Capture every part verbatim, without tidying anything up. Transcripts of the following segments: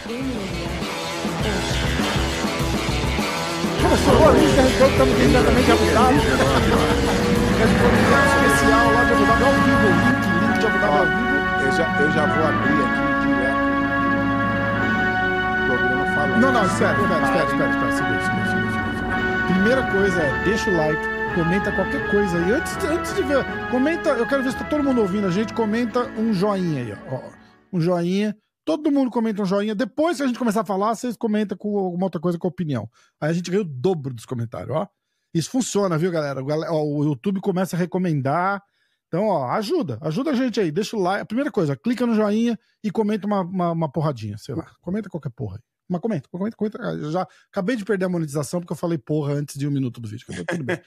Começou a lista, então estamos diretamente de Abu Dhabi. Especial lá de Abu Dhabi ao vivo. Link, link de Abu Dhabi ao vivo. Eu já, eu já vou abrir aqui direto. O programa falando. Não, não, espera, espera, espera, espera, espera. Segura, segura, segura, segura. Primeira coisa é, deixa o like, comenta qualquer coisa aí. Antes, antes de ver, comenta, eu quero ver se tá todo mundo ouvindo a gente, comenta um joinha aí, ó. Um joinha. Todo mundo comenta um joinha. Depois, se a gente começar a falar, vocês comentam com alguma outra coisa com opinião. Aí a gente ganha o dobro dos comentários, ó. Isso funciona, viu, galera? O YouTube começa a recomendar. Então, ó, ajuda. Ajuda a gente aí. Deixa o like. A primeira coisa, clica no joinha e comenta uma, uma, uma porradinha, sei lá. Comenta qualquer porra aí. Mas comenta, comenta, comenta. Eu já acabei de perder a monetização porque eu falei porra antes de um minuto do vídeo. Tudo bem.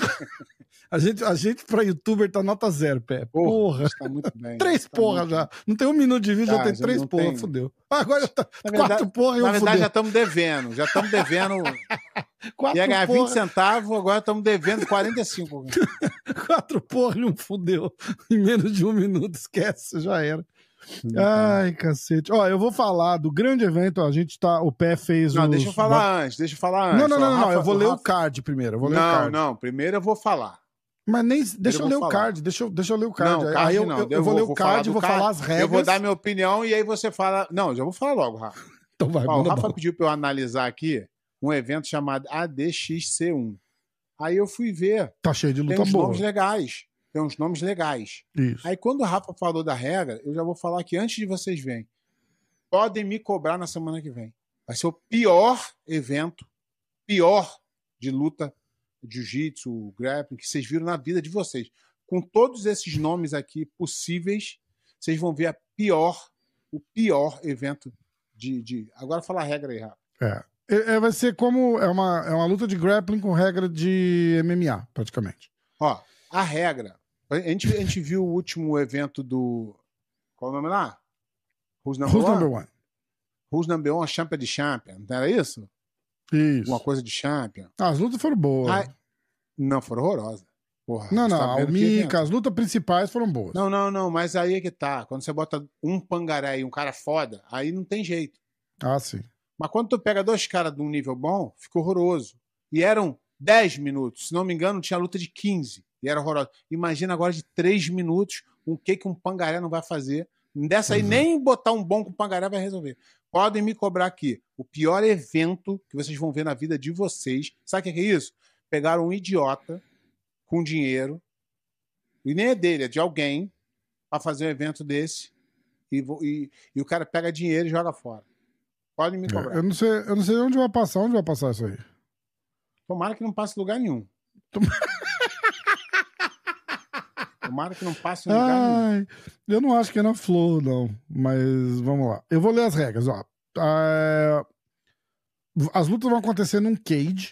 a, gente, a gente pra youtuber tá nota zero, pé. Porra. Porra. Tá muito bem. Três tá porra muito... já. Não tem um minuto de vídeo, tá, já tem já três porra. tem... Fudeu. Agora tá na verdade, quatro porra e um Na verdade, fudeu. já estamos devendo. Já estamos devendo. Quatro ia ganhar porra. vinte centavos, agora estamos devendo quarenta e cinco. Quatro porra e um fudeu. Em menos de um minuto, esquece, já era. Ai, cacete. Ó, eu vou falar do grande evento, ó, a gente tá, o Pé fez Não, os... deixa eu falar antes, deixa eu falar antes. Não, não, não, Ó, não, Rafa, eu vou ler Rafa... o card primeiro, eu vou ler não, o card. Não, primeiro eu vou falar. Mas nem, deixa eu, eu ler o falar. card, deixa eu, deixa eu ler o card. Não, aí card eu, não. eu, eu, eu vou, vou ler o card, falar vou card, falar as regras. Eu vou dar minha opinião e aí você fala... Não, já vou falar logo, Rafa. Então vai, Ó, o Rafa bala. pediu pra eu analisar aqui um evento chamado A D X C um. Aí eu fui ver. Tá cheio de luta Tem uns boa. nomes legais. Tem uns nomes legais. Isso. Aí quando o Rafa falou da regra, eu já vou falar que antes de vocês verem, podem me cobrar na semana que vem. Vai ser o pior evento, pior de luta, jiu-jitsu, grappling, que vocês viram na vida de vocês. Com todos esses nomes aqui possíveis, vocês vão ver a pior, o pior evento de... de... Agora fala a regra aí, Rafa. É. É, é, vai ser como... É uma, é uma luta de grappling com regra de M M A, praticamente. Ó, a regra... A gente, a gente viu o último evento do... Qual o nome lá? Who's Number Who's One? number one? Who's Number One? Champion de Champion. Não era isso? Isso. Uma coisa de Champion. Ah, as lutas foram boas. Ai, não, foram horrorosas. Porra, não, você não, tá a vendo que evento? Almica, as lutas principais foram boas. Não, não, não, mas aí é que tá. Quando você bota um pangaré e um cara foda, aí não tem jeito. Ah, sim. Mas quando tu pega dois caras de um nível bom, ficou horroroso. E eram dez minutos. Se não me engano, tinha luta de quinze. E era horroroso. Imagina agora de três minutos o que, que um pangaré não vai fazer. Dessa aí, Uhum. nem botar um bom com pangaré vai resolver. Podem me cobrar aqui. O pior evento que vocês vão ver na vida de vocês. Sabe o que, que é isso? Pegaram um idiota com dinheiro, e nem é dele, é de alguém, pra fazer um evento desse, e, e, e o cara pega dinheiro e joga fora. Podem me cobrar. Eu não sei, eu não sei onde vai passar, onde vai passar isso aí. Tomara que não passe em lugar nenhum. Tomara que não passe em lugar Ai, nenhum. eu não acho que é na Flow, não. Mas vamos lá. Eu vou ler as regras, ó. Ah, as lutas vão acontecer num cage.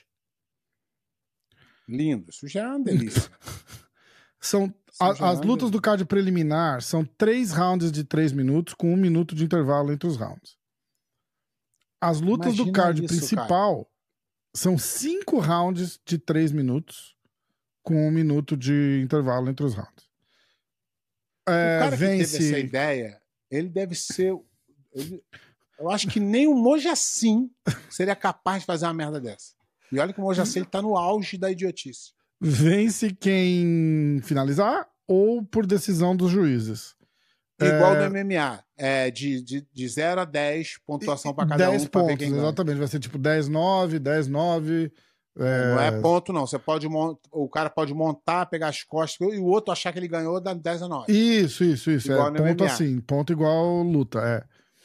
Lindo. Isso já é uma delícia. São, a, as lutas do card preliminar são três rounds de três minutos com um minuto de intervalo entre os rounds. As lutas Imagina do card isso, principal cara. são cinco rounds de três minutos com um minuto de intervalo entre os rounds. É, o cara vence... que teve essa ideia, ele deve ser... Ele, eu acho que nem o Mojacin seria capaz de fazer uma merda dessa. E olha que o Mojacin tá no auge da idiotice. Vence quem finalizar ou por decisão dos juízes. Igual é... no M M A. É de, de, de zero a dez, pontuação para cada dez um. Pra pontos, ver quem ganha. exatamente. Vai ser tipo dez nove, dez nove. É... Não é ponto, não. Você pode mont... O cara pode montar, pegar as costas e o outro achar que ele ganhou, dá dez a nove. Isso, isso, isso. Igual é no ponto M M A. assim. Ponto igual luta. É.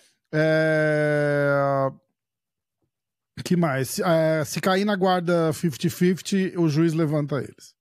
é... Que mais? É, se cair na guarda cinquenta cinquenta, o juiz levanta eles.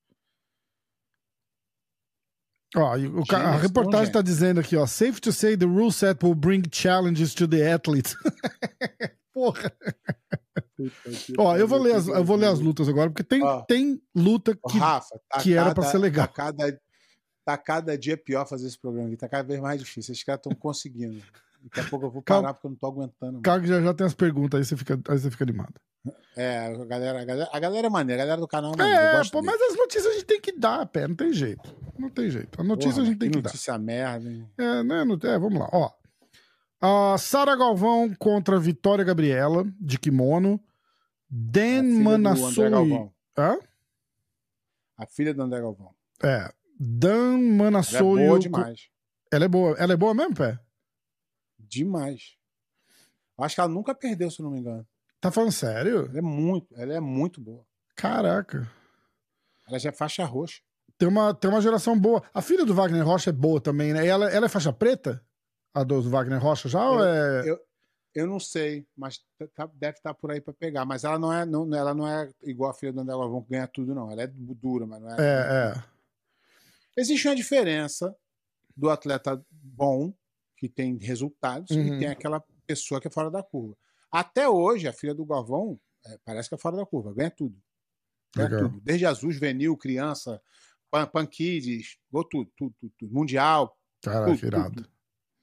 Ó, e o, ca- a Gênios, reportagem bom, está dizendo aqui, ó. Safe to say the rule set will bring challenges to the athletes. Porra. Ó, eu vou ler as, eu vou ler as lutas agora, porque tem, Ó. tem luta Ô, que, Rafa, tá que era cada, pra ser legal. Tá cada, tá cada dia pior fazer esse programa aqui. Tá cada vez mais difícil. Esses caras estão conseguindo. Daqui a pouco eu vou parar Calma. porque eu não tô aguentando. mais. Cara, que já, já tem as perguntas, aí você fica, aí você fica animado. É, a galera, a galera, a galera é maneira, a galera do canal é maneira. eu É, gosto pô, dele. mas as notícias a gente tem que dar, pé, não tem jeito. Não tem jeito. A notícia Porra, a gente tem que dar. notícia merda, hein? É, né, não- é, vamos lá, ó. A Sara Galvão contra Vitória Gabriela, de kimono. Dan Manassoi. Hã? A filha do André Galvão. É. Dan Manassoi. Ela é boa demais. Ela é boa. Ela é boa mesmo, Pé? Demais. Acho que ela nunca perdeu, se não me engano. Tá falando sério? Ela é muito, ela é muito boa. Caraca. Ela já é faixa roxa. Tem uma, tem uma geração boa. A filha do Wagner Rocha é boa também, né? E ela, ela é faixa preta? A do Wagner Rocha já? Eu, ou é... eu, eu não sei, mas tá, deve estar por aí pra pegar. Mas ela não é, não, ela não é igual a filha do André Galvão, que ganha tudo, não. Ela é dura, mas não é. É, é. Existe uma diferença do atleta bom, que tem resultados, Uhum. e tem aquela pessoa que é fora da curva. Até hoje, a filha do Galvão é, parece que é fora da curva, ganha tudo. Ganha Legal. tudo. Desde Jesus, Juvenil, criança, Pan, Pan Kids, gol tudo, tudo, tudo, tudo. Mundial. Caraca, tudo, irado. tudo, tudo.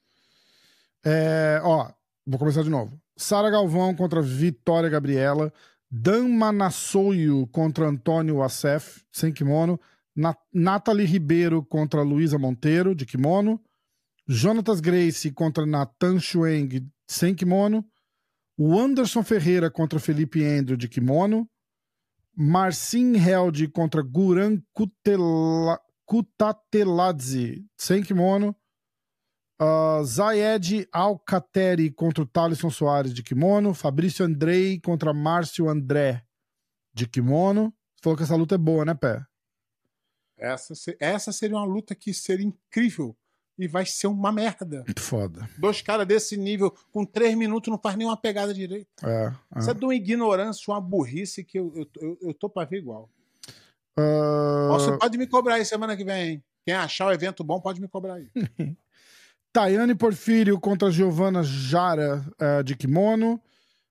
É, ó, vou começar de novo. Sara Galvão contra Vitória Gabriela. Dan Manassoio contra Antônio Assef, sem kimono. Na Nathalie Ribeiro contra Luísa Monteiro, de kimono. Jonatas Gracie contra Nathan Schweng, sem kimono. O Anderson Ferreira contra Felipe Andrew, de kimono. Marcin Held contra Guran Kutela, Kutateladze, sem kimono. Uh, Zayed Alcateri contra o Thaleson Soares, de kimono. Fabrício Andrei contra Márcio André, de kimono. Você falou que essa luta é boa, né, Pé? Essa, essa seria uma luta que seria incrível e vai ser uma merda. Foda. Dois caras desse nível, com três minutos, não faz nenhuma pegada direito. É, é. Isso é de uma ignorância, uma burrice que eu, eu, eu, eu tô pra ver igual. Uh... Você pode me cobrar aí semana que vem, hein? Quem achar o evento bom pode me cobrar aí. Tayane Porfírio contra Giovana Jara, uh, de kimono.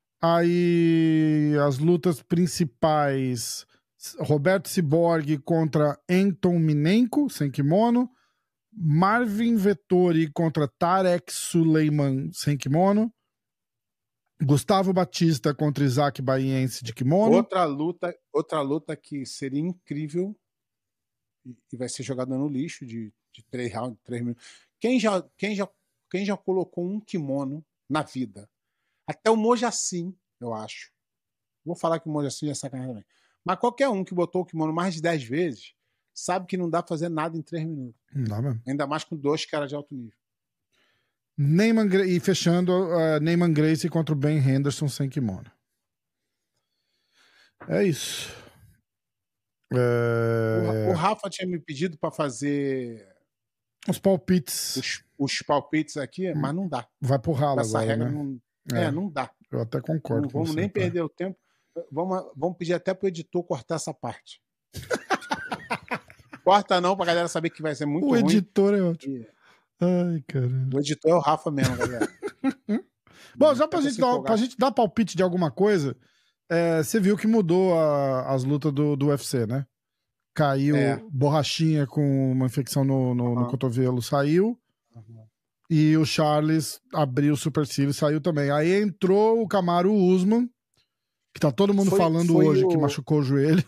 Aí as lutas principais: Roberto Ciborgue contra Anton Minenko, sem kimono. Marvin Vettori contra Tarek Suleiman, sem kimono. Gustavo Batista contra Isaac Baiense, de kimono. Outra luta, outra luta que seria incrível e vai ser jogada no lixo de, de três rounds, três minutos. Quem já, quem, já, quem já colocou um kimono na vida? Até o Mojacin, eu acho. Vou falar que o Mojacin é sacanagem também. Mas qualquer um que botou o kimono mais de dez vezes sabe que não dá pra fazer nada em três minutos. Não dá mesmo. Ainda mais com dois caras de alto nível. Neyman, e fechando, uh, Neyman Gracie contra o Ben Henderson, sem kimono. É isso. É... O, o Rafa tinha me pedido pra fazer os palpites. Os, os palpites aqui, mas não dá. Vai pro ralo Essa agora, regra né? não, é. é, não dá. Eu até concordo não com vamos você, nem tá? perder o tempo. Vamos, vamos pedir até pro editor cortar essa parte. Corta não, pra galera saber que vai ser muito o ruim. O editor é ótimo. Ai, caramba. O editor é o Rafa mesmo, galera. Bom, já pra gente, dar, pra gente dar palpite de alguma coisa, é, você viu que mudou a, as lutas do, do U F C, né? Caiu É. Borrachinha com uma infecção no, no, Uhum. no cotovelo, saiu. Uhum. E o Charles abriu o supercílio e saiu também. Aí entrou o Kamaru Usman, que tá todo mundo Foi- falando foi hoje o- que machucou o joelho.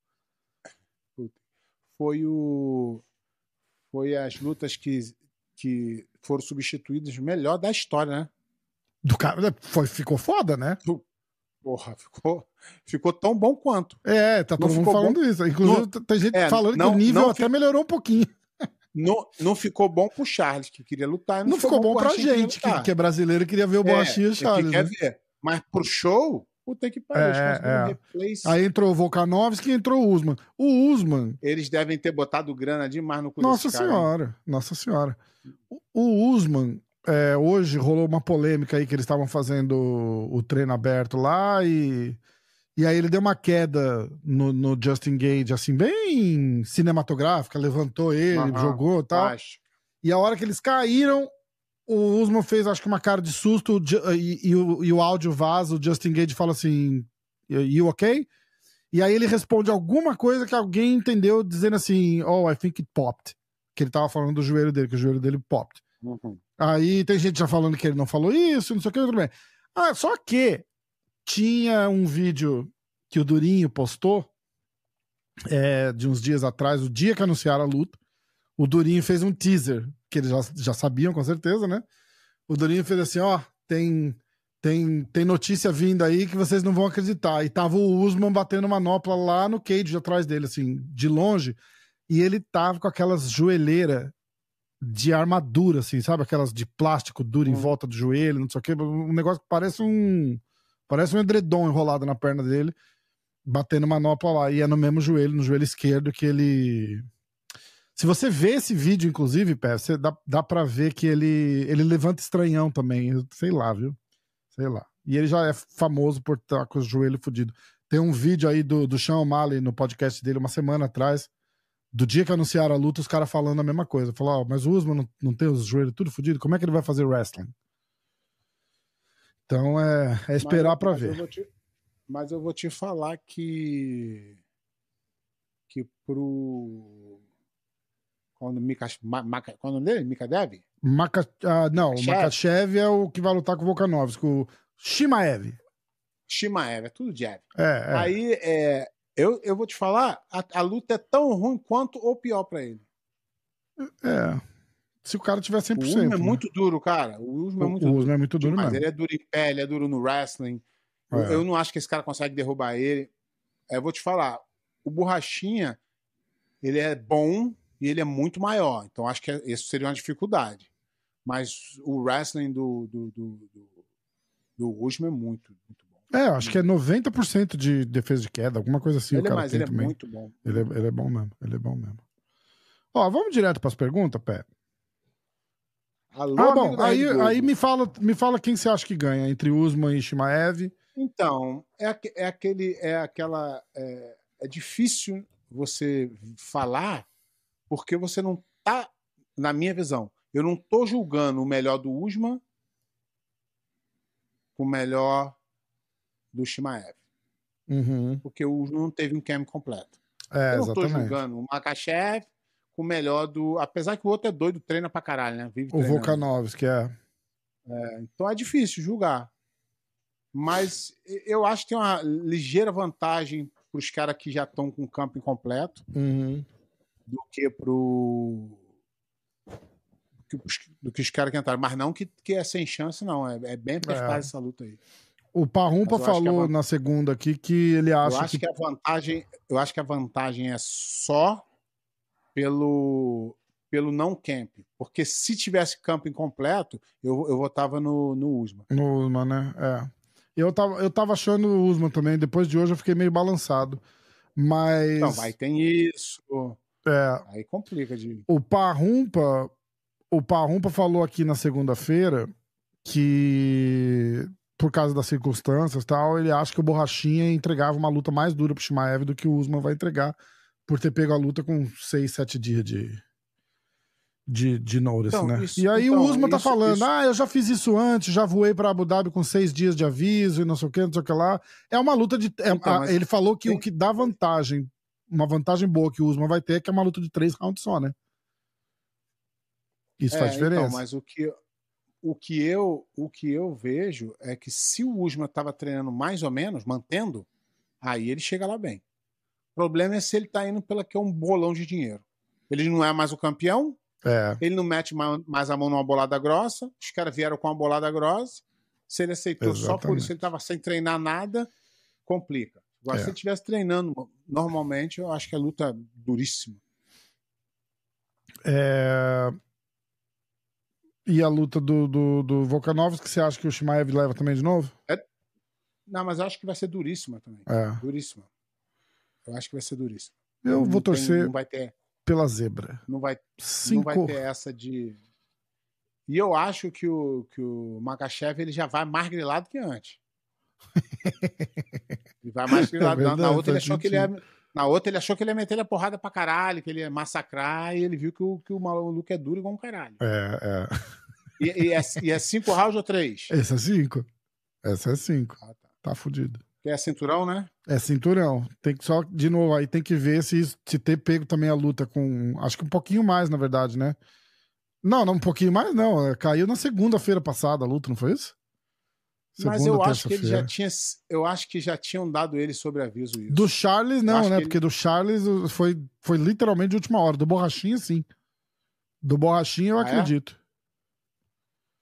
Foi o. Foi as lutas que, que foram substituídas melhor da história, né? Do cara, foi, ficou foda, né? Porra, ficou, ficou tão bom quanto. É, tá todo Não mundo ficou falando isso. Inclusive, Não- tem gente é, falando não- que o nível não até fi- melhorou um pouquinho. Não, não ficou bom pro Charles, que queria lutar. e Não, ficou bom pro pra Borrachinha, gente, queria que, lutar. que é brasileiro e queria ver o Borrachinha e o É, Charles. que quer né? ver. Mas pro show, puta que pariu. É, Os caras fizeram é. replays. Aí entrou o Volkanovski e entrou o Usman. O Usman, Eles devem ter botado grana demais no cu nossa desses caras, hein? senhora, nossa senhora. O, o Usman, é, hoje rolou uma polêmica aí que eles estavam fazendo o, o treino aberto lá e, e aí ele deu uma queda no, no Justin Gage, assim, bem cinematográfica, levantou ele, Aham, jogou e tal. acho. E a hora que eles caíram, o Usman fez, acho que uma cara de susto, o Ju- e, e o, e o áudio vaza, o Justin Gage fala assim, you okay? E aí ele responde alguma coisa que alguém entendeu dizendo assim, oh, I think it popped. Que ele tava falando do joelho dele, que o joelho dele popped. Uhum. Aí tem gente já falando que ele não falou isso, não sei o que, tudo bem. Ah, só que tinha um vídeo que o Durinho postou é, de uns dias atrás, o dia que anunciaram a luta. O Durinho fez um teaser, que eles já, já sabiam com certeza, né? O Durinho fez assim, ó, tem, tem, tem notícia vinda aí que vocês não vão acreditar. E tava o Usman batendo manopla lá no cage atrás dele, assim, de longe. E ele tava com aquelas joelheiras de armadura, assim, sabe? Aquelas de plástico duro hum. em volta do joelho, não sei o quê. Um negócio que parece um... Parece um edredom enrolado na perna dele, batendo manopla lá. E é no mesmo joelho, no joelho esquerdo, que ele... Se você vê esse vídeo, inclusive, Pé, você dá, dá pra ver que ele, ele levanta estranhão também. Sei lá, viu? Sei lá. E ele já é famoso por estar com o joelho fudido. Tem um vídeo aí do, do Sean O'Malley no podcast dele uma semana atrás. Do dia que anunciaram a luta, os caras falando a mesma coisa. Falaram, oh, mas o Usman não, não tem os joelhos tudo fudido? Como é que ele vai fazer wrestling? Então é, é esperar mas, pra mas ver. Eu te, mas eu vou te falar que que pro... Quando Mika, Maka, quando dele? Mikadev? Maka, uh, não, Makachev. O Makachev é o que vai lutar com o Volkanovski, o Shimaev. Shimaev, é tudo Jev. É, é. Aí, é, eu, eu vou te falar, a, a luta é tão ruim quanto ou pior pra ele. É. Se o cara tiver cem por cento. O Usman é né? muito duro, cara. O Usman é muito o duro. Usman é muito duro Mas mesmo. ele é duro em pé, ele é duro no wrestling. É. Eu, eu não acho que esse cara consegue derrubar ele. Eu vou te falar, o Borrachinha, ele é bom e ele é muito maior. Então acho que isso seria uma dificuldade. Mas o wrestling do, do, do, do, do Usman é muito, muito bom. É, acho que é noventa por cento de defesa de queda, alguma coisa assim. Ele o cara é mais, tem ele também. é muito bom. Ele é, ele é bom mesmo, ele é bom mesmo. Ó, vamos direto para as perguntas, Pé? Alô, ah, bom, aí, aí me, fala, me fala quem você acha que ganha entre Usman e Shimaev. Então, é, é aquele, é aquela, é, é difícil você falar porque você não tá, na minha visão, eu não tô julgando o melhor do Usman com o melhor do Shimaev. Uhum. Porque o Usman não teve um camp completo. É, eu não exatamente. tô julgando o Makachev com o melhor do... Apesar que o outro é doido, treina pra caralho, né? Vive o Volkanovski, é. é. Então é difícil julgar. Mas eu acho que tem uma ligeira vantagem pros caras que já estão com o campo incompleto. Uhum. Do que pro do que os caras que entraram, mas não que, que é sem chance, não. É, é bem apertada é. essa luta aí. O Parrumpa falou a... na segunda aqui que ele acha eu acho que... que a vantagem, eu acho que a vantagem é só pelo pelo não camp, porque se tivesse campo incompleto, eu, eu votava no, no Usman. No Usman, né? É. Eu tava, eu tava achando o Usman também, depois de hoje eu fiquei meio balançado. Mas... Então, vai, tem isso... É, aí complica de... O Parrumpa, o Parrumpa falou aqui na segunda-feira que, por causa das circunstâncias e tal, ele acha que o Borrachinha entregava uma luta mais dura pro Shimaev do que o Usman vai entregar, por ter pego a luta com seis, sete dias de, de, de notice, então, né? Isso, e aí então, o Usman tá isso, falando, isso. ah, eu já fiz isso antes, já voei pra Abu Dhabi com seis dias de aviso e não sei o que, não sei o que lá. É uma luta de... É, então, a, ele falou que tem... o que dá vantagem, uma vantagem boa que o Usman vai ter é que é uma luta de três rounds só, né? Isso é, faz diferença. Então, mas o que, o, que eu, o que eu vejo é que se o Usman estava treinando mais ou menos, mantendo, aí ele chega lá bem. O problema é se ele tá indo pela que é um bolão de dinheiro. Ele não é mais o campeão, é. ele não mete mais a mão numa bolada grossa, os caras vieram com uma bolada grossa, se ele aceitou Exatamente. Só por isso, ele estava sem treinar nada, complica. Agora, é. se ele estivesse treinando normalmente, eu acho que a luta é duríssima. É... E a luta do, do, do Volkanovski, você acha que o Shimaev leva também de novo? É... Não, mas eu acho que vai ser duríssima também. É. Duríssima. Eu acho que vai ser duríssima. Eu não vou torcer tem, não vai ter, pela zebra. Não vai, Cinco... não vai ter essa de... E eu acho que o, que o Makachev ele já vai mais grilado que antes. Ele vai mais grilado. É verdade, na, outra ele achou que ele ia, na outra ele achou que ele ia meter a porrada pra caralho, que ele ia massacrar, e ele viu que o, que o maluco é duro igual um caralho. É, é. E, e, é, e é cinco rounds ou três? Esse é cinco. Essa é cinco. Ah, tá. Tá fudido. Que é cinturão, né? É cinturão. Tem que só, de novo, aí tem que ver se, se ter pego também a luta com... Acho que um pouquinho mais, na verdade, né? Não, não, um pouquinho mais não. Caiu na segunda-feira passada a luta, não foi isso? Segunda, mas eu acho que ele já tinha, eu acho que já tinham dado ele sobre aviso isso. Do Charles não, né? Ele... Porque do Charles foi, foi literalmente de última hora. Do Borrachinha, sim. Do Borrachinha eu ah, acredito.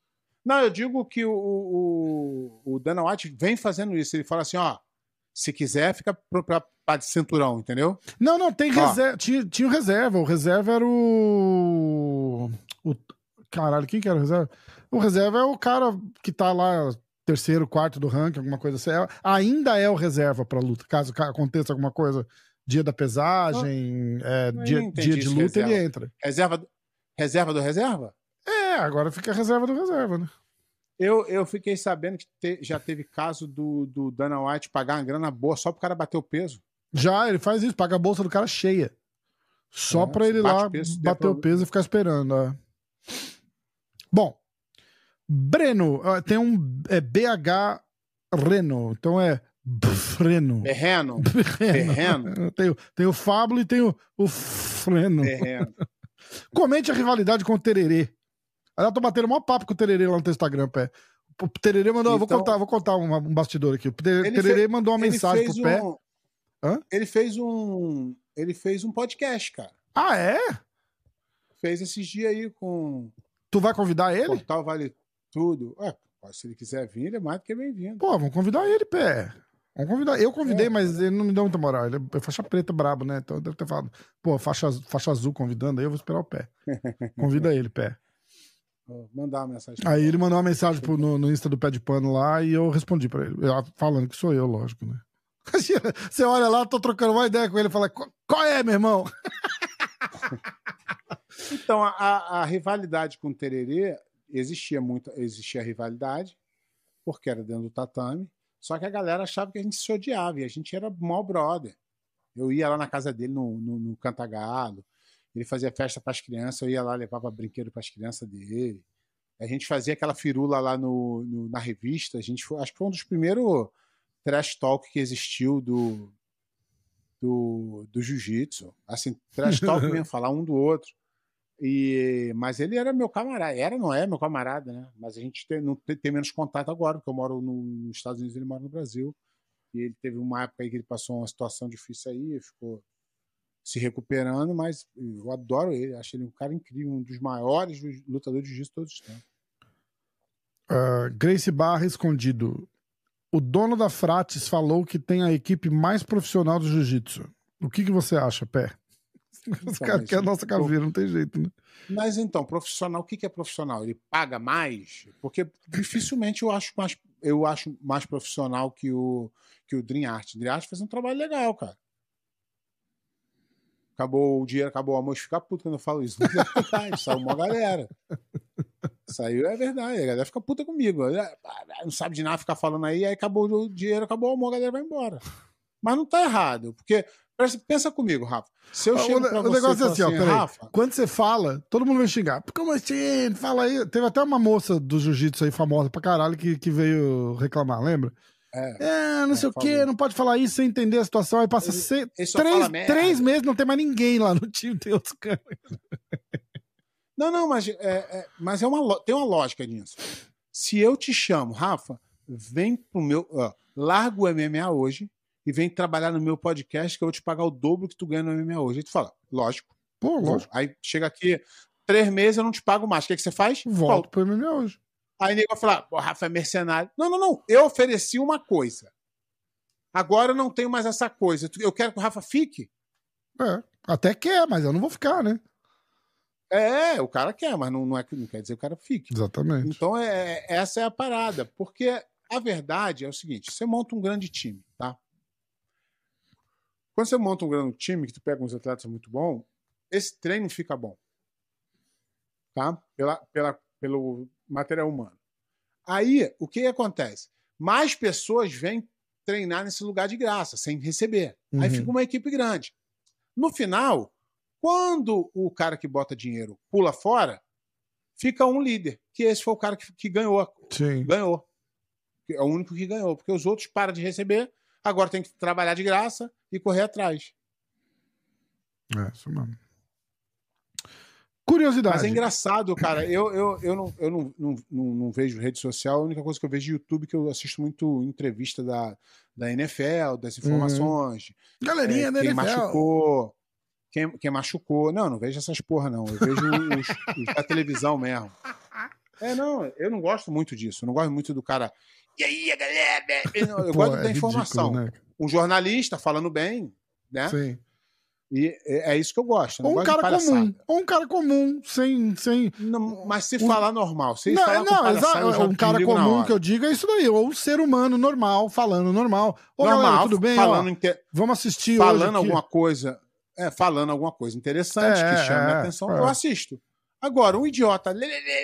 Não, eu digo que o, o, o Dana White vem fazendo isso. Ele fala assim, ó, se quiser, fica pra, pra de cinturão, entendeu? Não, não, tem reserva. Tinha, tinha o reserva. O reserva era o... o... Caralho, quem que era o reserva? O reserva é o cara que tá lá, terceiro, quarto do ranking, alguma coisa assim. É, ainda é o reserva pra luta. Caso aconteça alguma coisa, dia da pesagem, não, é, não dia, dia de luta, reserva. Ele entra. Reserva, reserva do reserva? É, agora fica a reserva do reserva, né? Eu, eu fiquei sabendo que te, já teve caso do, do Dana White pagar uma grana boa só pro cara bater o peso. Já, ele faz isso, paga a bolsa do cara cheia. Só é, pra ele lá o peso, bater o peso e ficar esperando. É. Bom, Breno, tem um é B H Reno, então é Breno. Berreno. Berreno. Tem, tem o Fábio e tem o, o Freno. Berreno. Comente a rivalidade com o Tererê. Aí eu tô batendo o maior papo com o Tererê lá no teu Instagram, pé. O Tererê mandou, então, vou contar, vou contar um, um bastidor aqui. O Tererê fez, mandou uma mensagem pro um, pé. Hã? Ele fez um. Ele fez um podcast, cara. Ah, é? Fez esses dias aí com. Tu vai convidar ele? Portal Vale Tudo. É, se ele quiser vir, ele é mais do que bem-vindo. Pô, vamos convidar ele, pé. Vamos convidar. Eu convidei, é, mas ele não me deu muita moral. Ele é faixa preta brabo, né? Então eu devo ter falado, pô, faixa, faixa azul convidando, aí eu vou esperar o pé. Convida ele, pé. Vou mandar uma mensagem. Aí ele mandou uma mensagem pro, no, no Insta do Pé de Pano lá e eu respondi pra ele. Falando que sou eu, lógico, né? Você olha lá, tô trocando uma ideia com ele e fala, qual é, meu irmão? Então, a, a rivalidade com o Tererê, existia muito, existia a rivalidade, porque era dentro do tatame, só que a galera achava que a gente se odiava, e a gente era mal brother. Eu ia lá na casa dele, no, no, no Cantagalo, ele fazia festa para as crianças, eu ia lá, levava brinquedo para as crianças dele. A gente fazia aquela firula lá no, no, na revista, a gente foi, acho que foi um dos primeiros trash talk que existiu do, do, do jiu-jitsu. Assim, trash talk mesmo, falar um do outro. E, mas ele era meu camarada, era, não é meu camarada, né? Mas a gente tem, não tem, tem menos contato agora, porque eu moro no, nos Estados Unidos, ele mora no Brasil. E ele teve uma época aí que ele passou uma situação difícil aí, ficou se recuperando, mas eu adoro ele, acho ele um cara incrível, um dos maiores lutadores de jiu-jitsu de todos os tempos. Uh, Grace Barra escondido. O dono da Frates falou que tem a equipe mais profissional do jiu-jitsu. O que, que você acha, Pé? Os Então, caras querem a nossa caveira, não tem jeito, né? Mas então, profissional, o que, que é profissional? Ele paga mais? Porque dificilmente eu acho mais, eu acho mais profissional que o, que o Dream Art. O Dream Art faz um trabalho legal, cara. Acabou o dinheiro, acabou o almoço, fica puto quando eu falo isso. Não é verdade, saiu uma galera. Saiu, é verdade, a galera fica puta comigo. Não sabe de nada, ficar falando aí, aí acabou o dinheiro, acabou o almoço, a galera vai embora. Mas não tá errado, porque pensa comigo, Rafa. Se eu chego pra o você negócio é assim, assim, ó, peraí, Rafa... Quando você fala, todo mundo vai xingar. Como assim? Fala aí. Teve até uma moça do jiu-jitsu aí, famosa pra caralho, que, que veio reclamar, lembra? É, é não sei é, o quê, não pode falar isso sem entender a situação. Aí passa ele, se... ele três, três meses, não tem mais ninguém lá no time, tem outros caras. Não, não, mas, é, é, mas é uma, tem uma lógica nisso. Se eu te chamo, Rafa, vem pro meu... Ó, larga o M M A hoje e vem trabalhar no meu podcast que eu vou te pagar o dobro que tu ganha no M M A hoje. Aí tu fala, lógico. Pô, lógico. Aí chega aqui, três meses eu não te pago mais. O que, é que você faz? Volto pro M M A hoje. Aí nego vai falar, pô, Rafa é mercenário. Não, não, não. Eu ofereci uma coisa. Agora eu não tenho mais essa coisa. Eu quero que o Rafa fique. É, até quer, mas eu não vou ficar, né? É, o cara quer, mas não, não, é, não quer dizer que o cara fique. Exatamente. Então, é, essa é a parada. Porque a verdade é o seguinte, você monta um grande time, tá? Quando você monta um grande time, que tu pega uns atletas muito bons, esse treino fica bom. Tá? Pela, pela, pelo material humano. Aí, o que acontece? Mais pessoas vêm treinar nesse lugar de graça, sem receber. Uhum. Aí fica uma equipe grande. No final, quando o cara que bota dinheiro pula fora, fica um líder, que esse foi o cara que, que ganhou. Sim. Ganhou. É o único que ganhou, porque os outros param de receber, agora tem que trabalhar de graça e correr atrás. É, isso mesmo. Curiosidade. Mas é engraçado, cara. Eu, eu, eu, não, eu não, não, não, não vejo rede social. A única coisa que eu vejo é YouTube, que eu assisto muito entrevista da, da N F L, das informações. Uhum. Galerinha é, da quem N F L. Machucou, quem, quem machucou. Não, não vejo essas porra, não. Eu vejo os, os da televisão mesmo. É, não, eu não gosto muito disso. Eu não gosto muito do cara. E aí, galera? Eu Pô, gosto é da informação. ridículo, né? Um jornalista falando bem, né? Sim. E é isso que eu gosto. Eu não Ou um gosto de cara palhaçada. comum. Ou um cara comum, sem. sem... Não, mas se Um- falar normal, se Não, falar não, com palhaçada, eu exato. já Um cara desligo na comum hora. que eu digo é isso daí. Ou um ser humano normal, falando normal. Ô, galera, Normal, tudo bem? falando, Ó, inte- vamos assistir falando hoje aqui. alguma coisa, é, falando alguma coisa interessante É, que chame é, a atenção, é. eu assisto. Agora, um idiota.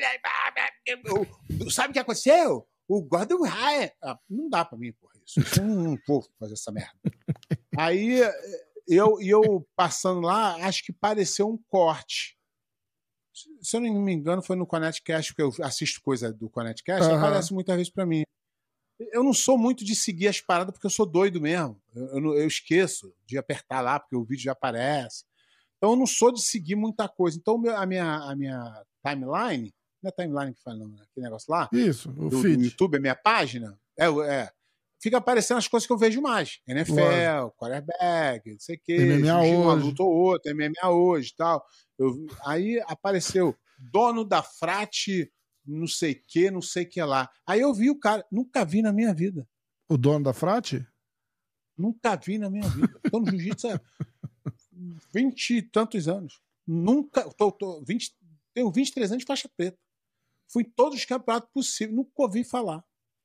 Sabe o que aconteceu? O Gordon Ryan. Ah, não dá pra mim, porra, isso. Eu não vou fazer essa merda. Aí, eu, eu passando lá, acho que pareceu um corte. Se eu não me engano, foi no ConnectCast, porque eu assisto coisa do ConnectCast, Aham. aparece muitas vezes pra mim. Eu não sou muito de seguir as paradas porque eu sou doido mesmo. Eu, eu, não- eu esqueço de apertar lá porque o vídeo já aparece. Então eu não sou de seguir muita coisa. Então o meu- a, minha, a minha timeline, não é timeline que fala, não, né? Aquele negócio lá, Isso, o do, do feed. YouTube, a minha página, é, o- é, fica aparecendo as coisas que eu vejo mais. N F L, quarterback, não sei o quê, M M A jiu-jitsu, uma hoje. luta ou outra, M M A hoje e tal. Eu- aí apareceu dono da frate, não sei o que, não sei o que lá. Aí eu vi o cara, nunca vi na minha vida. O dono da frate? Nunca vi na minha vida. Tô no jiu-jitsu há vinte e tantos anos. Nunca. Tô, tô, vinte, tenho vinte e três anos de faixa preta. Fui em todos os campeonatos possíveis. Nunca ouvi falar.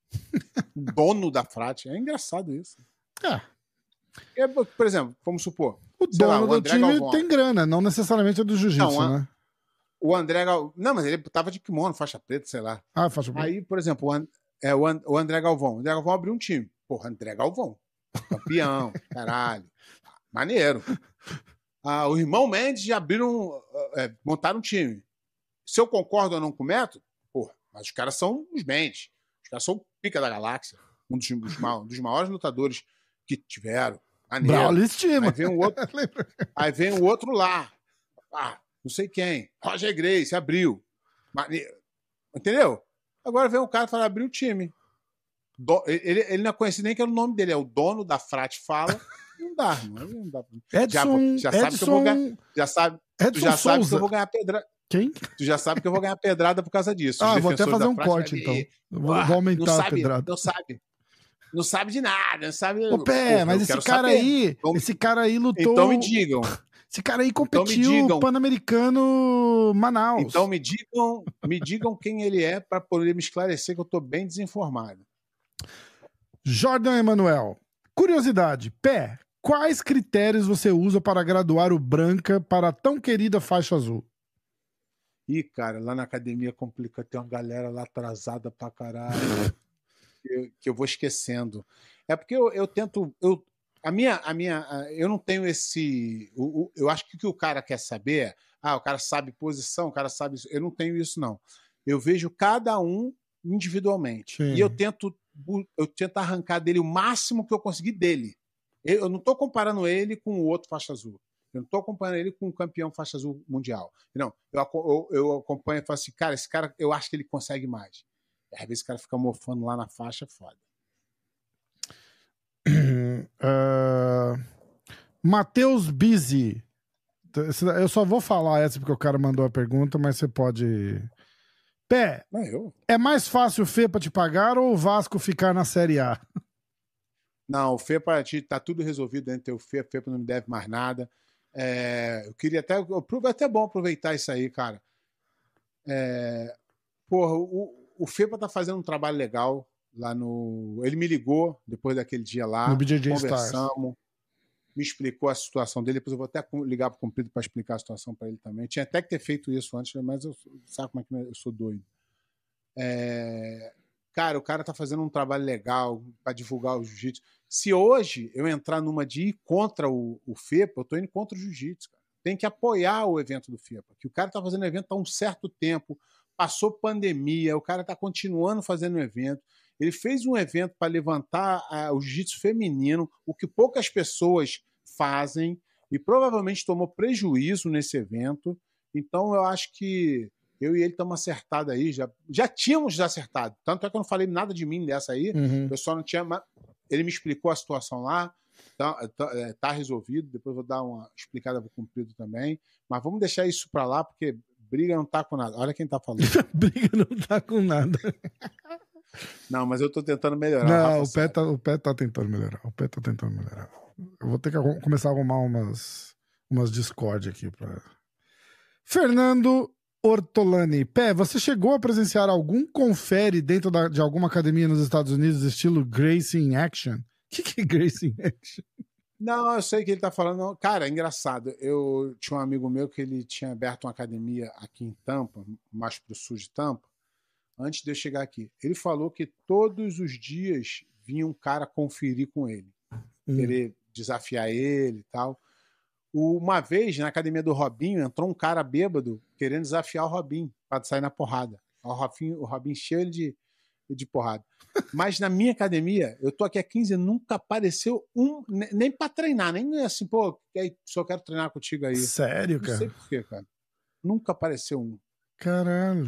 Dono da frate. É engraçado isso. É. É, por exemplo, vamos supor. O sei lá, dono o do André time Galvão. tem grana, não necessariamente é do jiu-jitsu, Não, a- né? O André Galvão. Não, mas ele tava de kimono, faixa preta, sei lá. Ah, faixa preta. Aí, por exemplo, o, And- é, o, And- o André Galvão. O André Galvão abriu um time. Porra, André Galvão. Campeão, caralho. Maneiro. Ah, o irmão Mendes já abriram, é, montaram um time. Se eu concordo ou não com o método, porra, mas os caras são os Mendes. Os caras são o pica da galáxia. Um dos, dos ma- dos maiores lutadores que tiveram. Maneiro. Braulio estima. Aí vem o outro, aí vem o outro lá. Ah, não sei quem. Roger Grace, abriu. Maneiro. Entendeu? Agora vem um cara e fala, abriu o time. Do- ele, ele não conhecia nem que era o nome dele, é o dono da Frate Fala. Não dá, não, não dá. Edson, já, já sabe que eu vou Edson, ganhar. Já sabe, tu Edson já sabe que Souza. eu vou ganhar pedrada. Quem? Tu já sabe que eu vou ganhar pedrada por causa disso. Ah, Os vou até defensores fazer da um Frate corte, vai então. ver. Eu Vou, Ah, vou aumentar não a sabe, pedrada. Não sabe. Não sabe de nada. Não sabe. Ô, Pé, Porra, mas eu esse quero cara saber. aí, Então- esse cara aí lutou... Então me digam. Esse cara aí Então me competiu digam. Pan-Americano Manaus. Então me digam, me digam quem ele é para poder me esclarecer que eu tô bem desinformado. Jordan Emanuel. Curiosidade. Pé, quais critérios você usa para graduar o Branca para a tão querida faixa azul? Ih, cara, lá na academia complica, tem uma galera lá atrasada pra caralho, que, que eu vou esquecendo. É porque eu, eu tento. Eu, a minha, a minha, a- eu não tenho esse. o- o- eu acho que o que o cara quer saber é, ah, o cara sabe posição, o cara sabe isso. Eu não tenho isso, não. Eu vejo cada um individualmente. Sim. E eu tento, bu- eu tento arrancar dele o máximo que eu conseguir dele. Eu, eu não estou comparando ele com o outro faixa azul. Eu não estou acompanhando ele com o campeão faixa azul mundial. Não, eu, aco- eu, eu acompanho e falo assim, cara, esse cara, eu acho que ele consegue mais. Às vezes o cara fica mofando lá na faixa, é foda. Uh, Matheus Bizzi. Eu só vou falar essa porque o cara mandou a pergunta, mas você pode... Pé, Não, eu? é mais fácil o Fê pra te pagar ou o Vasco ficar na Série A? Não, o FEPA tá tudo resolvido entre o FEPA, o FEPA não me deve mais nada. É, eu queria até. É até bom aproveitar isso aí, cara. É, porra, o, o FEPA tá fazendo um trabalho legal lá no. Ele me ligou depois daquele dia lá. No B J J conversamos, Stars. me explicou a situação dele. Depois eu vou até ligar pro Cumprido para explicar a situação para ele também. Tinha até que ter feito isso antes, mas eu sabe como é que eu sou doido. É, cara, o cara tá fazendo um trabalho legal para divulgar o jiu-jitsu. Se hoje eu entrar numa de ir contra o, o FEPA, eu tô indo contra o jiu-jitsu, cara. Tem que apoiar o evento do FEPA, que o cara tá fazendo evento há um certo tempo, passou pandemia, o cara tá continuando fazendo o evento. Ele fez um evento para levantar a, o jiu-jitsu feminino, o que poucas pessoas fazem, e provavelmente tomou prejuízo nesse evento. Então eu acho que eu e ele estamos acertados aí, já, já tínhamos acertado. Tanto é que eu não falei nada de mim dessa aí, Uhum. o pessoal não tinha. Ele me explicou a situação lá, tá, tá, tá resolvido. Depois eu vou dar uma explicada pro Cumprido também. Mas vamos deixar isso para lá, porque Briga não tá com nada. Olha quem tá falando. Briga não tá com nada. Não, mas eu tô tentando melhorar. Não, o pé, tá, o pé tá tentando melhorar. O pé tá tentando melhorar. Eu vou ter que arrum- começar a arrumar umas, umas Discord aqui pra... Fernando Ortolani. Pé, você chegou a presenciar algum confere dentro da- de alguma academia nos Estados Unidos, estilo Gracie in Action? O que, que é Gracie in Action? Não, eu sei que ele tá falando. Cara, é engraçado. Eu tinha um amigo meu que ele tinha aberto uma academia aqui em Tampa, mais pro sul de Tampa, antes de eu chegar aqui. Ele falou que todos os dias vinha um cara conferir com ele, Hum. querer desafiar ele e tal. Uma vez, na academia do Robinho, entrou um cara bêbado querendo desafiar o Robinho para sair na porrada. O Robinho, o Robinho encheu ele de, de porrada. Mas na minha academia, eu tô aqui há quinze anos, nunca apareceu um, ne- nem para treinar, nem assim, pô, aí, só quero treinar contigo aí. Sério, Não cara? sei por quê, cara. Nunca apareceu um. Caralho.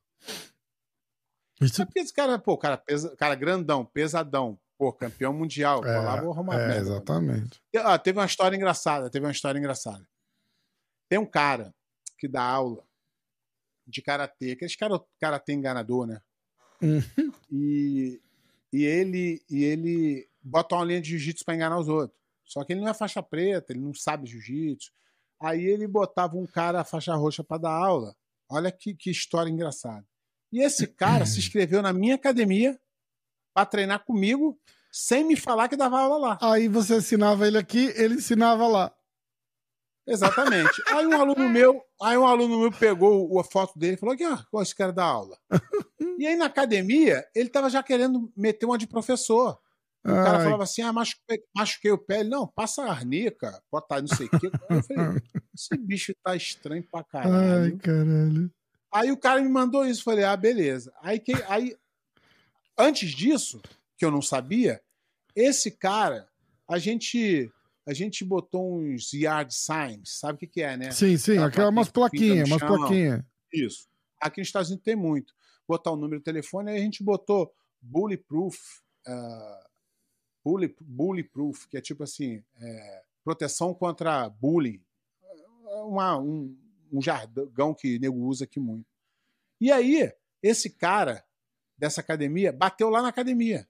Isso... É porque esse cara, pô, cara, pesa, cara grandão, pesadão, pô, campeão mundial. Pô, lá vou arrumar É, merda, exatamente. Te- ah, teve uma história engraçada, teve uma história engraçada. Tem um cara que dá aula de karatê, aqueles cara, karatê enganador, né? Uhum. E, e, ele, e ele bota uma linha de jiu-jitsu para enganar os outros. Só que ele não é faixa preta, ele não sabe jiu-jitsu. Aí ele botava um cara faixa roxa para dar aula. Olha que, que história engraçada. E esse cara se inscreveu na minha academia para treinar comigo, sem me falar que dava aula lá. Aí você ensinava ele aqui, ele ensinava lá. Exatamente. Aí um aluno meu, aí um aluno meu pegou a foto dele e falou: aqui, ó, esse cara dá aula. E aí na academia, ele tava já querendo meter uma de professor. O cara Ai. falava assim: ah, machuquei, machuquei o pé. Ele, não, passa a arnica, bota não sei o quê. Eu falei: esse bicho tá estranho pra caralho. Ai, caralho. Aí o cara me mandou isso. Falei: ah, beleza. Aí, que, aí antes disso, que eu não sabia, esse cara, a gente. A gente botou uns yard signs, sabe o que, que é, né? Sim, sim, Aquela aqui é umas plaquinha que plaquinhas, fica umas no chão. plaquinhas. Isso. Aqui nos Estados Unidos tem muito. Botar o número do telefone, aí a gente botou bullyproof, uh, bully, bullyproof, que é tipo assim, é, proteção contra bullying. Uma, um, um jargão que o nego usa aqui muito. E aí, esse cara dessa academia bateu lá na academia.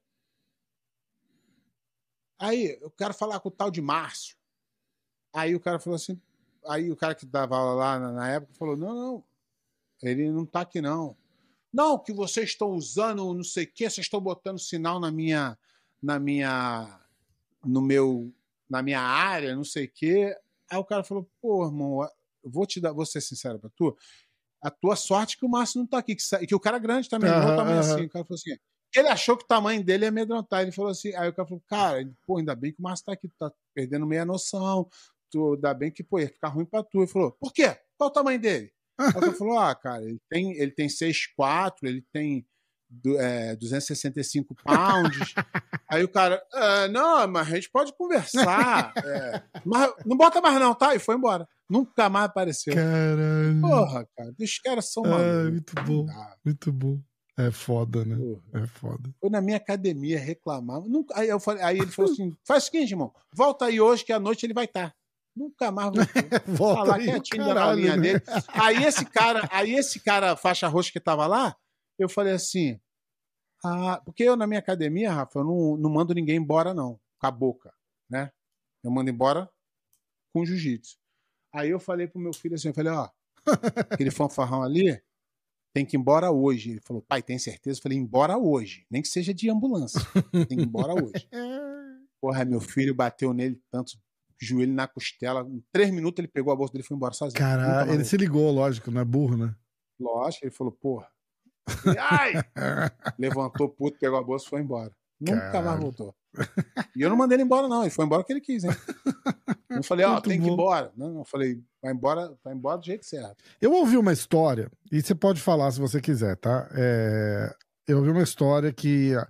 Aí, eu quero falar com o tal de Márcio. Aí o cara falou assim, aí o cara que dava aula lá na, na época falou, não, não, ele não tá aqui não. Não, que vocês estão usando não sei o que, vocês estão botando sinal na minha, na minha, no meu, na minha área, não sei o que. Aí o cara falou, pô, irmão, eu vou te dar, vou ser sincero pra tu, a tua sorte é que o Márcio não tá aqui, que, que o cara é grande também, Aham, não é o tamanho aham. assim. O cara falou assim, ele achou que o tamanho dele ia amedrontar. Ele falou assim, aí o cara falou, cara, pô, ainda bem que o Márcio tá aqui, tu tá perdendo meia noção, tu, ainda bem que, pô, ia ficar ruim pra tu. Ele falou, por quê? Qual o tamanho dele? Aí o cara falou, ah, cara, ele tem, ele tem seis quatro, ele tem du- é, duzentos e sessenta e cinco pounds. Aí o cara, é, não, mas a gente pode conversar. é, mas não bota mais não, tá? E foi embora. Nunca mais apareceu. Caralho. Porra, cara, os caras são Ai, malucos. muito bom, Ah, muito bom. É foda, né? porra. É foda. Foi na minha academia reclamar. Nunca, aí, eu falei, aí ele falou assim: faz o seguinte, irmão, volta aí hoje que à noite ele vai estar. Nunca mais voltou. Volta Tá lá aí, quietinho o dando a caralho, aulinha né? dele. Aí esse cara, aí esse cara faixa roxa que tava lá, eu falei assim: ah, porque eu na minha academia, Rafa, eu não, não mando ninguém embora, não, com a boca, né? Eu mando embora com jiu-jitsu. Aí eu falei pro meu filho assim: eu falei, ó, aquele fanfarrão ali tem que ir embora hoje. Ele falou, pai, tem certeza? Eu falei, embora hoje, nem que seja de ambulância, tem que ir embora hoje. Porra, meu filho bateu nele tanto, joelho na costela. Em três minutos ele pegou a bolsa dele e foi embora sozinho. Nunca Caralho, mais ele se ligou, lógico, não é burro, né? voltou. Lógico, ele falou, porra. Ele, ai! Levantou puto, pegou a bolsa e foi embora. Nunca Caralho. mais voltou. E eu não mandei ele embora, não. Ele foi embora o que ele quis, hein? Eu falei, ó, Muito tem que ir bom. embora. Não, não, eu falei, vai embora, vai embora do jeito certo. Eu ouvi uma história, e você pode falar se você quiser, tá? É, eu ouvi uma história que ah,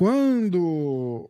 quando